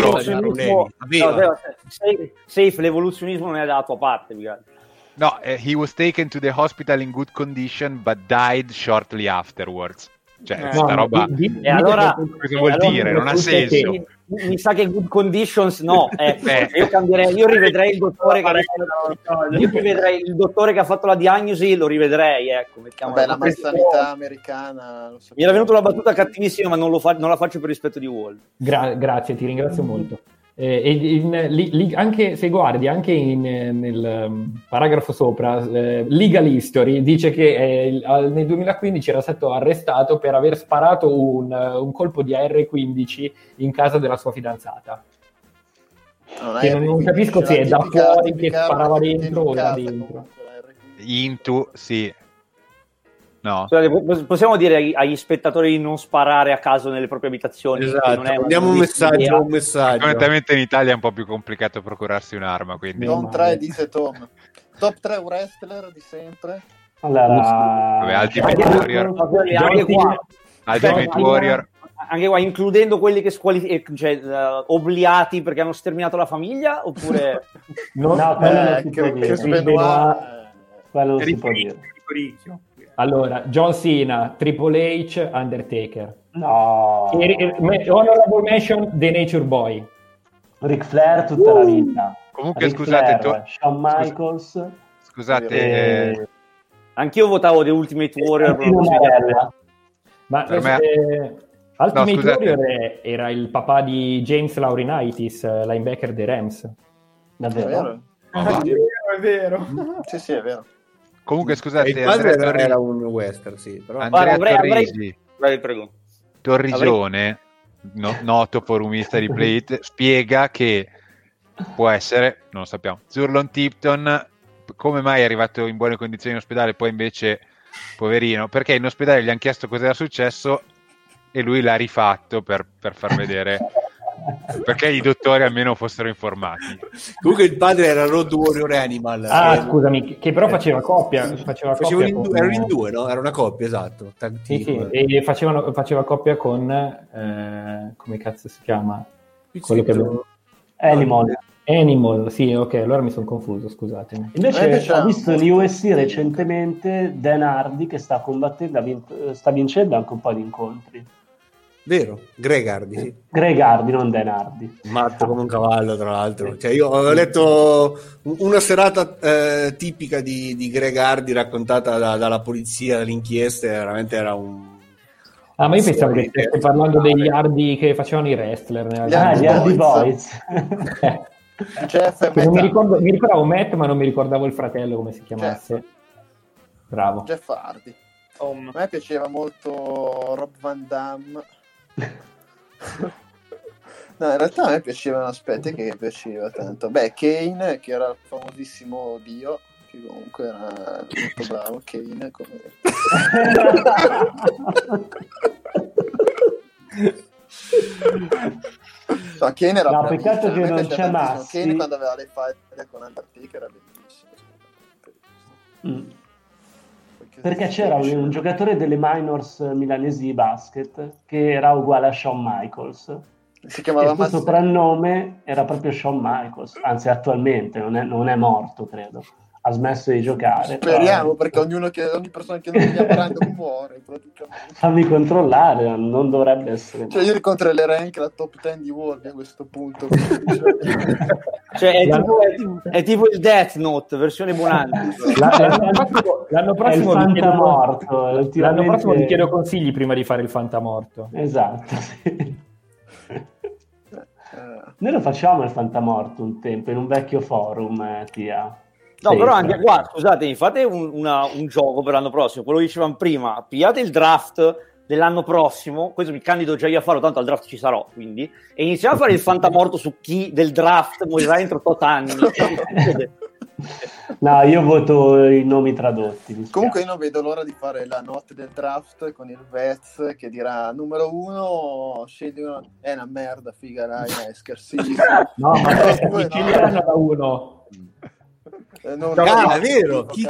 Safe, l'evoluzionismo non è dalla tua parte, no, he was taken to the hospital in good condition but died shortly afterwards. Questa roba allora cosa vuol dire? Non ha senso. Mi sa che good conditions io rivedrei il dottore il dottore che ha fatto la diagnosi, lo rivedrei, la sanità americana, mi era venuta una battuta cattivissima, ma non la faccio per rispetto di Wall. Grazie, ti ringrazio molto. Anche se guardi anche nel paragrafo sopra, Legal History dice che nel 2015 era stato arrestato per aver sparato un colpo di AR-15 in casa della sua fidanzata. Non capisco se è da fuori che sparava dentro o da dentro. Into, sì. No. Scusate, possiamo dire agli spettatori di non sparare a caso nelle proprie abitazioni? Esatto, andiamo un messaggio. Sicuramente in Italia è un po' più complicato procurarsi un'arma, quindi... Tom 3 dice Tom. Top 3 wrestler di sempre. Allora... Ultimate Warrior. Ultimate Warrior. Anche qua, includendo quelli che obliati perché hanno sterminato la famiglia, oppure... quello non si può dire. Quello non si può dire. Allora, John Cena, Triple H, Undertaker. No. Honorable mention, The Nature Boy. Ric Flair tutta la vita. Comunque, Ric scusate, Flair, Shawn Michaels. Scusate, anch'io votavo The Ultimate Warrior. Ma per me... Ultimate Warrior era il papà di James Laurinaitis, linebacker dei Rams. Davvero? È vero. Sì, è vero. Comunque, scusate, il padre era un western, sì. Però... Andrea Torrisi, prego. Torrisone, noto forumista di Plate, spiega che può essere, non lo sappiamo, Zurlon Tipton, come mai è arrivato in buone condizioni in ospedale, poi invece, poverino, perché in ospedale gli hanno chiesto cosa era successo e lui l'ha rifatto per far vedere... perché i dottori almeno fossero informati. Comunque il padre era Road Warrior Animal. Scusami, che però faceva coppia. Erano in due, no? Era una coppia, esatto. Sì, e faceva coppia con come cazzo si chiama? Quello che Animal, sì, ok, allora mi sono confuso, scusatemi. Invece ho visto in USC recentemente Dan Hardy che sta combattendo, sta vincendo anche un po' di incontri. Vero, Greg Hardy, sì. Greg Hardy, non Dan Hardy. Matto come un cavallo, tra l'altro. Cioè, io ho letto una serata tipica di Greg Hardy raccontata dalla polizia, dall'inchiesta, veramente era un... ma io pensavo che stessi parlando degli Hardy che facevano i wrestler. Gli Hardy Boys. Mi ricordavo Matt, ma non mi ricordavo il fratello come si chiamasse. Bravo. Jeff Hardy. A me piaceva molto Rob Van Damme. No, in realtà a me piacevano aspetti che piaceva tanto. Beh, Kane, che era il famosissimo Dio, che comunque era molto bravo. Kane, come... No, Kane era peccato che non c'è Massi. Kane quando aveva le fight con Undertaker era bellissimo. Perché c'era un giocatore delle minors milanesi di basket che era uguale a Shawn Michaels. Si chiamava il suo soprannome era proprio Shawn Michaels, anzi attualmente non è morto, credo. Ha smesso di giocare. Speriamo, perché ogni persona che non stia parlando muore praticamente. Fammi controllare, non dovrebbe essere. Cioè io controllerei anche la top 10 di World a questo punto. Cioè è tipo il Death Note versione Bonanza. L'anno prossimo vi chiedo consigli prima di fare il fantamorto. Esatto, sì. Noi lo facciamo il fantamorto un tempo in un vecchio forum, Tia. No, però anche qua, scusate, fate un gioco per l'anno prossimo, quello che dicevamo prima, pigliate il draft dell'anno prossimo, questo mi candido già io a farlo, tanto al draft ci sarò, quindi, e iniziamo a fare il fantamorto su chi del draft morirà entro tot anni. No, io voto i nomi tradotti. Comunque io non vedo l'ora di fare la notte del draft con il Vez che dirà numero 1, scegli una... È una merda, figa, dai, scherzini. No, ma chi ne hanno da uno? È vero, chi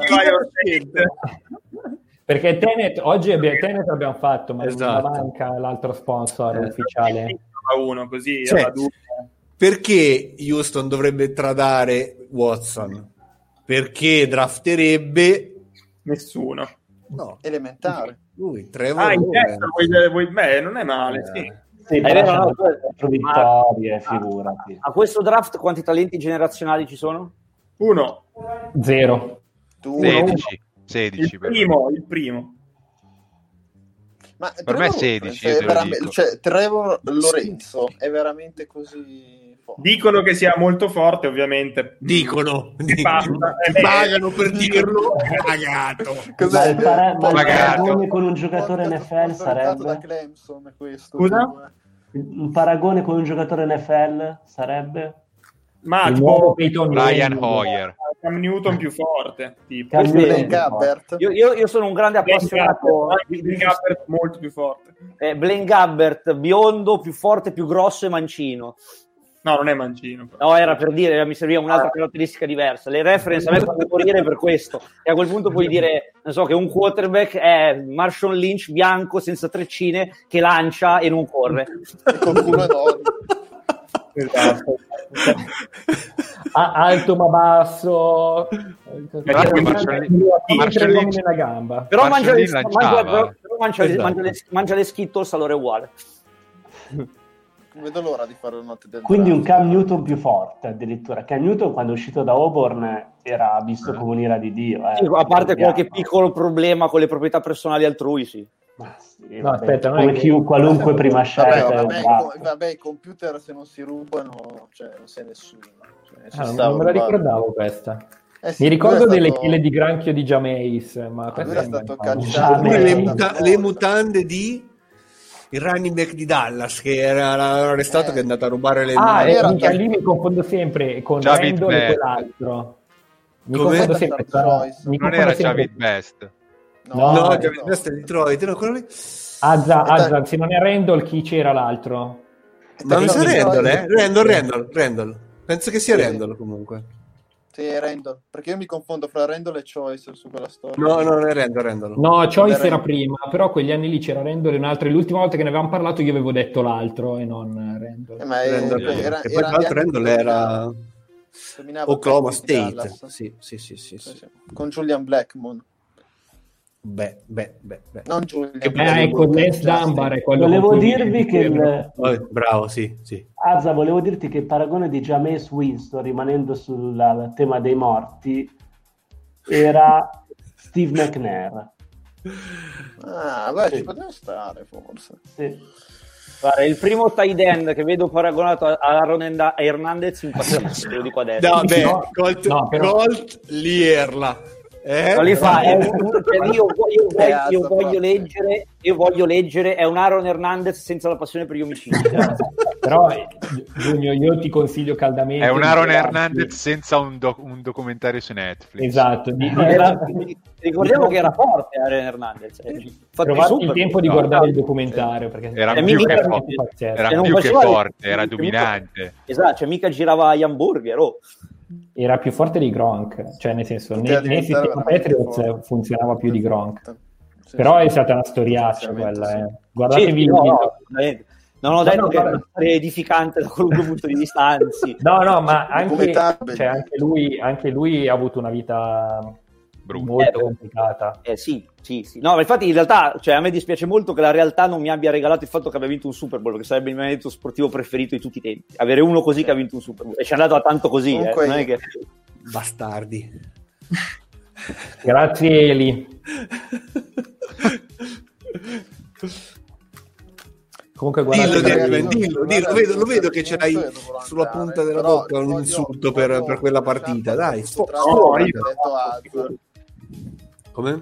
perché Tenet oggi abbiamo fatto, ma esatto. Non manca l'altro sponsor ufficiale. Uno così. Cioè, perché Houston dovrebbe tradare Watson? Perché drafterebbe nessuno. No, elementare. Lui, Trevor. Beh, non è male, sì. Sì, però vittorie, figurati. A questo draft quanti talenti generazionali ci sono? 1. 0. 16. Il primo. Ma per me è 16. Cioè, Trevor Lorenzo è veramente così forte. Dicono che sia molto forte, ovviamente. Dicono. Pagano per dirlo. Pagato. Cos'è? Il paragone con un giocatore NFL sarebbe? Da Clemson, questo. Scusa? Un paragone con un giocatore NFL sarebbe? Ma il tipo nuovo Peyton Brian Manning. Hoyer, Cam Newton più forte, tipo. Cam Gabbert. Io sono un grande appassionato Blaine Gabbert molto più forte. Blaine Gabbert, biondo, più forte, più grosso e mancino. No, non è mancino. No, era per dire, mi serviva un'altra caratteristica diversa. Le reference a me fanno morire per questo. E a quel punto puoi dire, non so, che un quarterback è Marshawn Lynch bianco, senza treccine, che lancia e non corre. E con culo enorme. Esatto. Alto ma basso, nella gamba. Però mangia le lanciava. Skittles, allora è uguale. Non vedo l'ora di fare la notte del Quindi un draft. Cam Newton più forte addirittura. Cam Newton quando è uscito da Auburn era visto come un'ira di Dio. Sì, a parte qualche piccolo problema con le proprietà personali altrui, sì. Ma sì, No, vabbè, aspetta, non come è che- qualunque prima scelta. Vabbè, i computer se non si rubano, cioè non sei nessuno. Cioè, Non me la ricordavo questa. sì, Mi ricordo lui è delle stato- chele di granchio di Jameis, ma lui questa è non stato mi ricordo. cacciato. Le mutande di il running back di Dallas, che era l'arrestato che è andato a rubare le era minchia, lì mi confondo sempre con Javid Randall e Best. quell'altro. Mi Com'è? confondo sempre. Non era Javid Best. No, no, no. Javid Best è Detroit, no, quello lì. Azza, se non è Randall, chi c'era l'altro? Ma mi sa Detroit. Randall. Penso che sia Sì. Randall comunque. Sì, è Randall, perché io mi confondo fra Randall e Choice su quella storia. No, non è Randall. No, Choice Era- era prima, però quegli anni lì c'era Randall e un altro. E l'ultima volta che ne avevamo parlato io avevo detto l'altro e non Randall. Ma Randall. era E poi tra l'altro Randall era dominava Oklahoma il campo di State. Dallas. Sì. Sì. Con Julian Blackmon. Beh. Non Julian Ecco, Lance Dunbar è quello Volevo con cui- dirvi che Bravo, sì. Azza, volevo dirti che il paragone di Jameis Winston, rimanendo sul tema dei morti, era Steve McNair. Beh, ci poteva stare forse. Sì. Guarda, il primo tight end che vedo paragonato a Aaron Hernandez impazzisce, te lo dico adesso. No, beh, No, no, però- Colt Lierla. Non li fa, io voglio leggere, è un Aaron Hernandez senza la passione per gli omicidi. Però Giugno, io ti consiglio caldamente È un di Aaron trovarti- Hernandez senza un documentario su Netflix. Esatto, Ricordiamo che era forte Aaron Hernandez. trovate il tempo di guardare il documentario perché Era È più mica- che, pazzesco. era non più che faceva- forte, era dominante. Esatto, cioè mica girava gli hamburger. Era più forte di Gronk, cioè nel senso Poteva nei sistema diventare veramente Patriots forte. funzionava più di Gronk. Sì, Però sì. è stata una storiaccia Potenzialmente, quella, sì. Guardatevi il no, video. non ho detto no, che è no. una storia edificante da qualunque punto di vista, anzi. No, ma Come anche, Tabel. anche lui ha avuto una vita Brutta. molto complicata. Sì. No, ma infatti in realtà, cioè, a me dispiace molto che la realtà non mi abbia regalato il fatto che abbia vinto un Super Bowl, perché sarebbe il mio evento sportivo preferito di tutti i tempi. Avere uno così che ha vinto un Super Bowl. E ci è andato a tanto così, Comunque- non è che... Bastardi. Grazie Eli. Comunque Dillo, guardate, dillo, lo vedo che ce l'hai sulla punta della bocca un insulto per quella partita, dai. Come?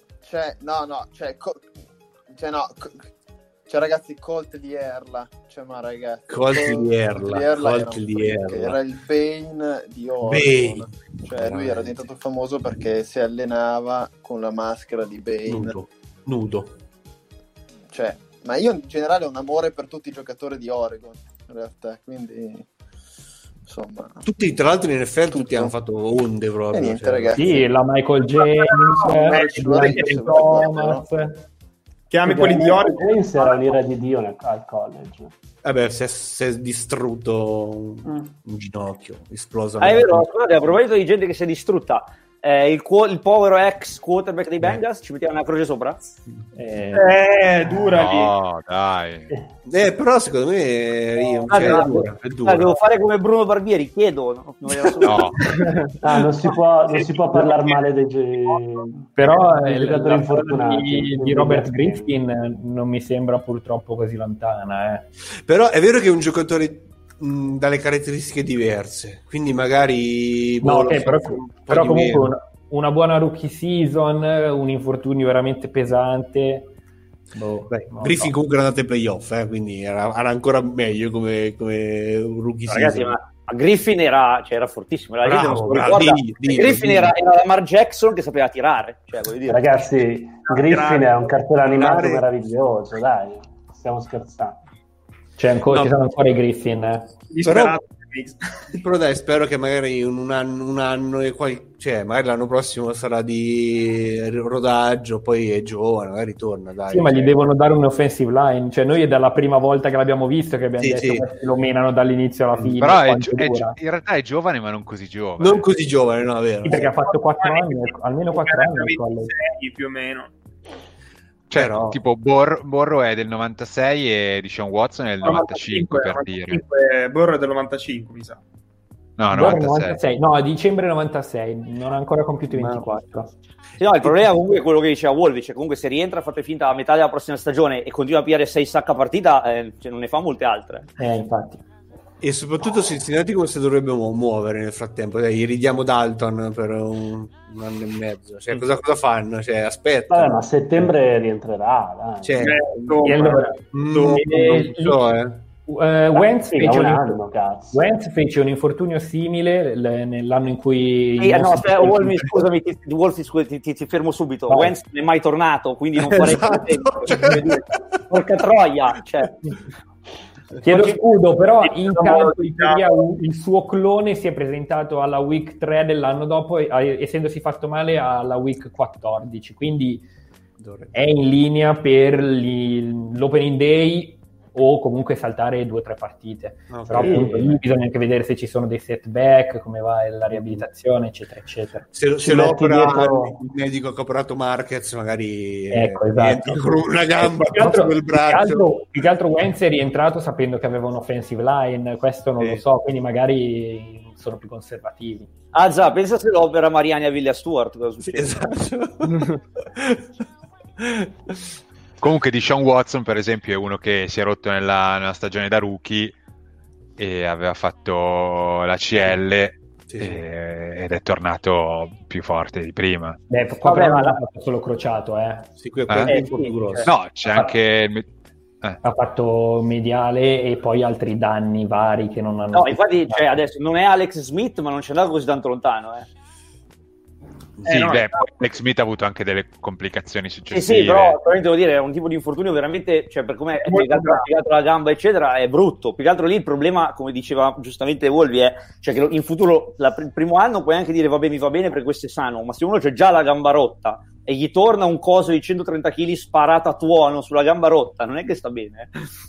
Cioè ragazzi, Colt Lierla, cioè ma ragazzi, Colt Lierla era il Bane di Oregon. Bane. Cioè lui era diventato famoso perché si allenava con la maschera di Bane. Nudo. Cioè, ma io in generale ho un amore per tutti i giocatori di Oregon, in realtà, quindi insomma. Tutti, tra l'altro in NFL tutti hanno fatto onde proprio. E niente, cioè. ragazzi. sì, la Michael James, Thomas. Chiami quelli di Oregon. James era un'ira di Dio al college. Vabbè, si è distrutto un ginocchio, esploso. È vero, scusate, a proposito di gente che si è distrutta, il povero ex quarterback dei Bengals, ci mettiamo una croce sopra? Dura lì. No, dai. Però secondo me è dura. Devo fare come Bruno Barbieri, chiedo. No? No. Non si può parlare male dei Però giocatori la infortunati di Robert Griffin non mi sembra purtroppo così lontana. Però è vero che è un giocatore dalle caratteristiche diverse, quindi magari però comunque una buona rookie season, un infortunio veramente pesante. Griffin comunque era andato ai playoff, quindi era ancora meglio come rookie Ragazzi, season. ma Griffin era fortissimo. Bravo, Griffin era Lamar Jackson che sapeva tirare. Cioè, voglio dire. Ragazzi, Griffin è un cartone animato meraviglioso, dai, stiamo scherzando. Ci sono ancora i Griffin. Però dai, spero che magari un anno e magari l'anno prossimo sarà di rodaggio, poi è giovane, magari torna, dai. Sì, ma gli devono dare un offensive line, cioè noi è dalla prima volta che l'abbiamo visto che abbiamo detto che lo menano dall'inizio alla fine. Però in realtà è giovane, ma non così giovane. Non così giovane, no, è vero. Sì, perché ha fatto 4 anni, almeno 4 anni. 26 più o meno. Cioè, tipo Borro è del 96 e Deshaun Watson è del 95 per 95, dire. Borro è del 95, mi sa. No, 96. No, a dicembre 96, non ha ancora compiuto i 24. Sì, no, il problema comunque è quello che diceva Wolvi, cioè comunque se rientra fate finta a metà della prossima stagione e continua a pigliare 6 sack a partita, non ne fa molte altre. Infatti. E soprattutto Cincinnati come se dovrebbe muovere nel frattempo, gli ridiamo Dalton per un anno e mezzo, cioè cosa fanno? Cioè, aspetta. Vabbè, ma a settembre rientrerà, dai. Cioè, Wentz fece un infortunio simile nell'anno in cui scusami, ti fermo subito. No. Wentz non è mai tornato, quindi non farei porca troia, cioè. Chiedo scudo, però in campo in teoria il suo clone si è presentato alla week 3 dell'anno dopo, essendosi fatto male alla week 14, quindi è in linea per l'opening day o comunque saltare 2 o 3 partite. Okay. Però appunto lì bisogna anche vedere se ci sono dei setback, come va la riabilitazione, eccetera eccetera. Se lo opera il medico che ha operato Marquez, magari esatto. Con una gamba quel braccio. Più che altro Wentz è rientrato sapendo che aveva un offensive line, questo non lo so, quindi magari sono più conservativi. Ah già, pensa se lo opera Mariani a Villa Stewart, cosa succede? Esatto. Comunque Deshaun Watson per esempio è uno che si è rotto nella stagione da rookie e aveva fatto la CL ed è tornato più forte di prima. Vabbè, ma l'ha fatto solo crociato, Sì, è un po' più grosso. No, c'è anche ha fatto mediale e poi altri danni vari che non hanno. No, infatti, adesso non è Alex Smith, ma non c'è andato così tanto lontano, Sì, poi Alex Smith ha avuto anche delle complicazioni successive. Sì, però devo dire, è un tipo di infortunio veramente, cioè per come è piegato la gamba, eccetera, è brutto. Più che altro lì il problema, come diceva giustamente Wolvi, è cioè che in futuro, il primo anno puoi anche dire vabbè, mi va bene perché questo è sano, ma se uno c'è già la gamba rotta e gli torna un coso di 130 kg sparato a tuono sulla gamba rotta, non è che sta bene.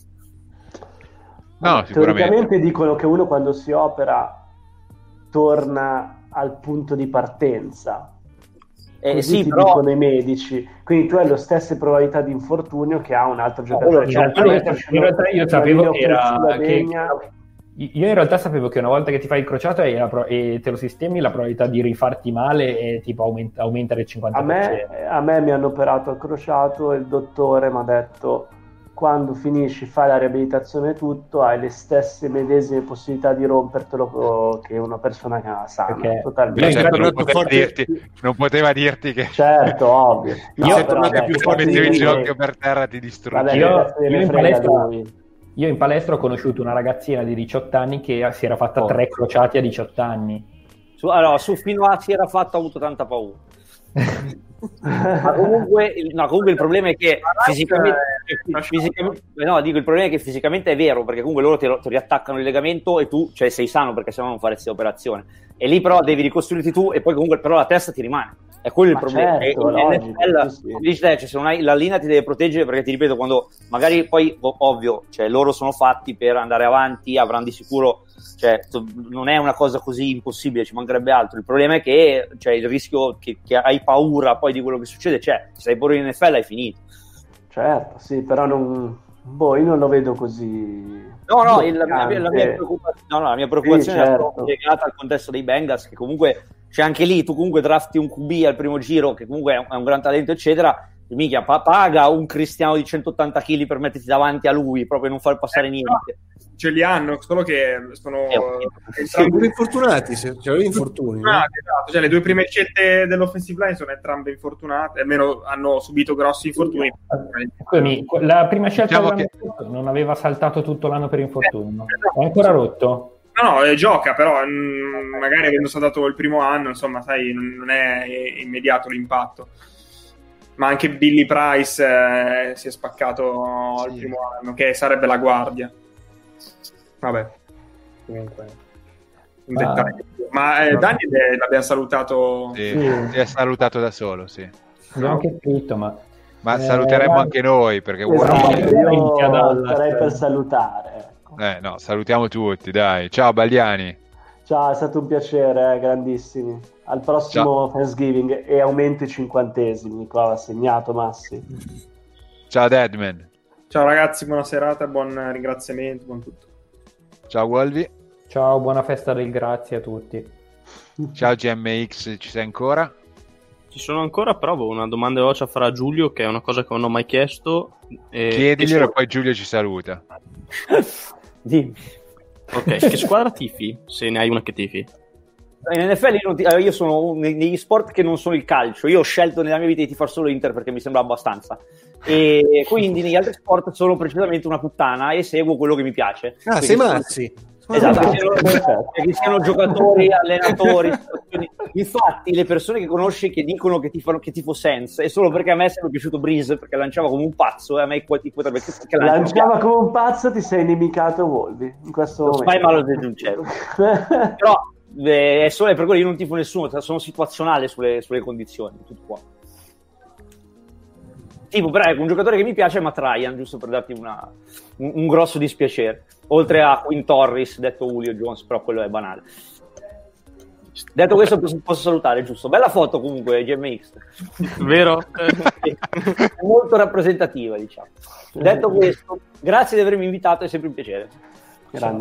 No, teoricamente dicono che uno quando si opera torna al punto di partenza. Così ti dicono i medici, quindi tu hai le stesse probabilità di infortunio che ha un altro giocatore. In realtà io sapevo io in realtà sapevo che una volta che ti fai il crociato e te lo sistemi, la probabilità di rifarti male è tipo aumenta del 50%. A me mi hanno operato al crociato e il dottore mi ha detto: quando finisci, fai la riabilitazione e tutto, hai le stesse medesime possibilità di rompertelo che una persona che ha sana. Totalmente. Non poteva dirti che certo, ovvio. Io più forte il ginocchio per terra ti distrugge. Io in palestra ho conosciuto una ragazzina di 18 anni che si era fatta 3 crociati a 18 anni. Su fino a si era fatto, ho avuto tanta paura. Ma comunque il problema è che fisicamente il problema è che fisicamente è vero, perché comunque loro ti riattaccano il legamento e tu sei sano, perché sennò non faresti l'operazione, e lì però devi ricostruirti tu e poi comunque però la testa ti rimane. È quello il problema. Certo, se non hai la linea ti deve proteggere, perché ti ripeto, quando magari poi ovvio, loro sono fatti per andare avanti, avranno di sicuro, non è una cosa così impossibile, ci mancherebbe altro. Il problema è che il rischio che hai paura poi di quello che succede, se sei pure in NFL hai finito. Certo, sì, però io non lo vedo così. La mia preoccupazione è legata al contesto dei Bengals, che comunque anche lì tu comunque drafti un QB al primo giro che comunque è un gran talento eccetera, e minchia paga un Cristiano di 180 kg per metterti davanti a lui, proprio non far passare niente. Ce li hanno, solo che sono entrambi infortunati, infortuni. Esatto, le 2 prime scelte dell'offensive line sono entrambe infortunate, almeno hanno subito grossi infortuni. La prima scelta non aveva saltato tutto l'anno per infortunio, è ancora rotto? No, gioca, però magari avendo saltato il primo anno, insomma, sai, non è immediato l'impatto. Ma anche Billy Price si è spaccato al primo anno, che sarebbe la guardia. Vabbè, comunque un dettaglio. Ma Daniel l'abbiamo salutato. Sì, è salutato da solo, sì. Abbiamo anche scritto, ma saluteremo anche noi, perché io starei per salutare. No, salutiamo tutti, dai. Ciao Bagliani. Ciao, è stato un piacere, grandissimi. Al prossimo Thanksgiving e aumento i 50esimi, qua va segnato Massi. Ciao Deadman. Ciao ragazzi, buona serata, buon ringraziamento, buon tutto. Ciao Wolvi. Ciao, buona festa del grazie a tutti. Ciao GMX, ci sei ancora? Ci sono ancora, però una domanda veloce a fare a Giulio, che è una cosa che non ho mai chiesto. Chiediglielo e poi Giulio ci saluta. Dimmi. Ok, che squadra tifi? Se ne hai una che tifi? In NFL io sono negli sport che non sono il calcio. Io ho scelto nella mia vita di tifare solo Inter perché mi sembra abbastanza. E quindi negli altri sport sono precisamente una puttana e seguo quello che mi piace. Sei Mazzi. Esatto, che siano giocatori, allenatori. Infatti le persone che conosci che dicono che tifo Sense è solo perché a me è sempre piaciuto Breeze, perché lanciava come un pazzo, e a me potrebbe che lanciava come un pazzo. Ti sei inimicato Volvi in questo momento. Fai male del giuncero. Però è solo per quello io non tifo nessuno, sono situazionale sulle condizioni, tutto qua. Tipo, però ecco, un giocatore che mi piace è Matt Ryan, giusto per darti un grosso dispiacere. Oltre a Quinn Torres, detto Julio Jones, però quello è banale. Detto questo posso salutare, giusto? Bella foto comunque, GMX. Vero? È molto rappresentativa, diciamo. Detto questo, grazie di avermi invitato, è sempre un piacere. Grande.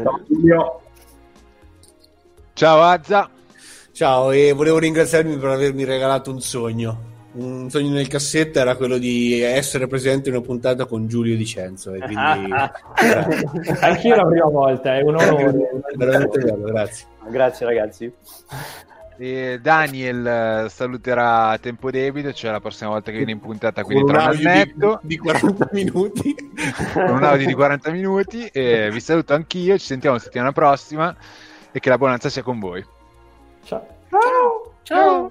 Ciao Azza. Ciao, e volevo ringraziarmi per avermi regalato un sogno. Un sogno nel cassetto era quello di essere presente in una puntata con Giulio Dicenzo, e quindi anch'io la prima volta, è un onore. Veramente bello, grazie. Grazie ragazzi. E Daniel saluterà a tempo debito, cioè la prossima volta che viene in puntata, quindi tra un annetto di 40 minuti con un audio di 40 minuti. E vi saluto anch'io, ci sentiamo la settimana prossima e che la buonanza sia con voi. Ciao. Ciao.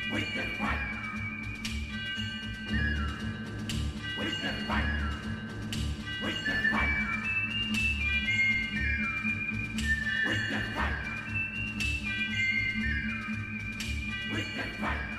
We can fight. We can fight. We can fight. We can fight. We can fight.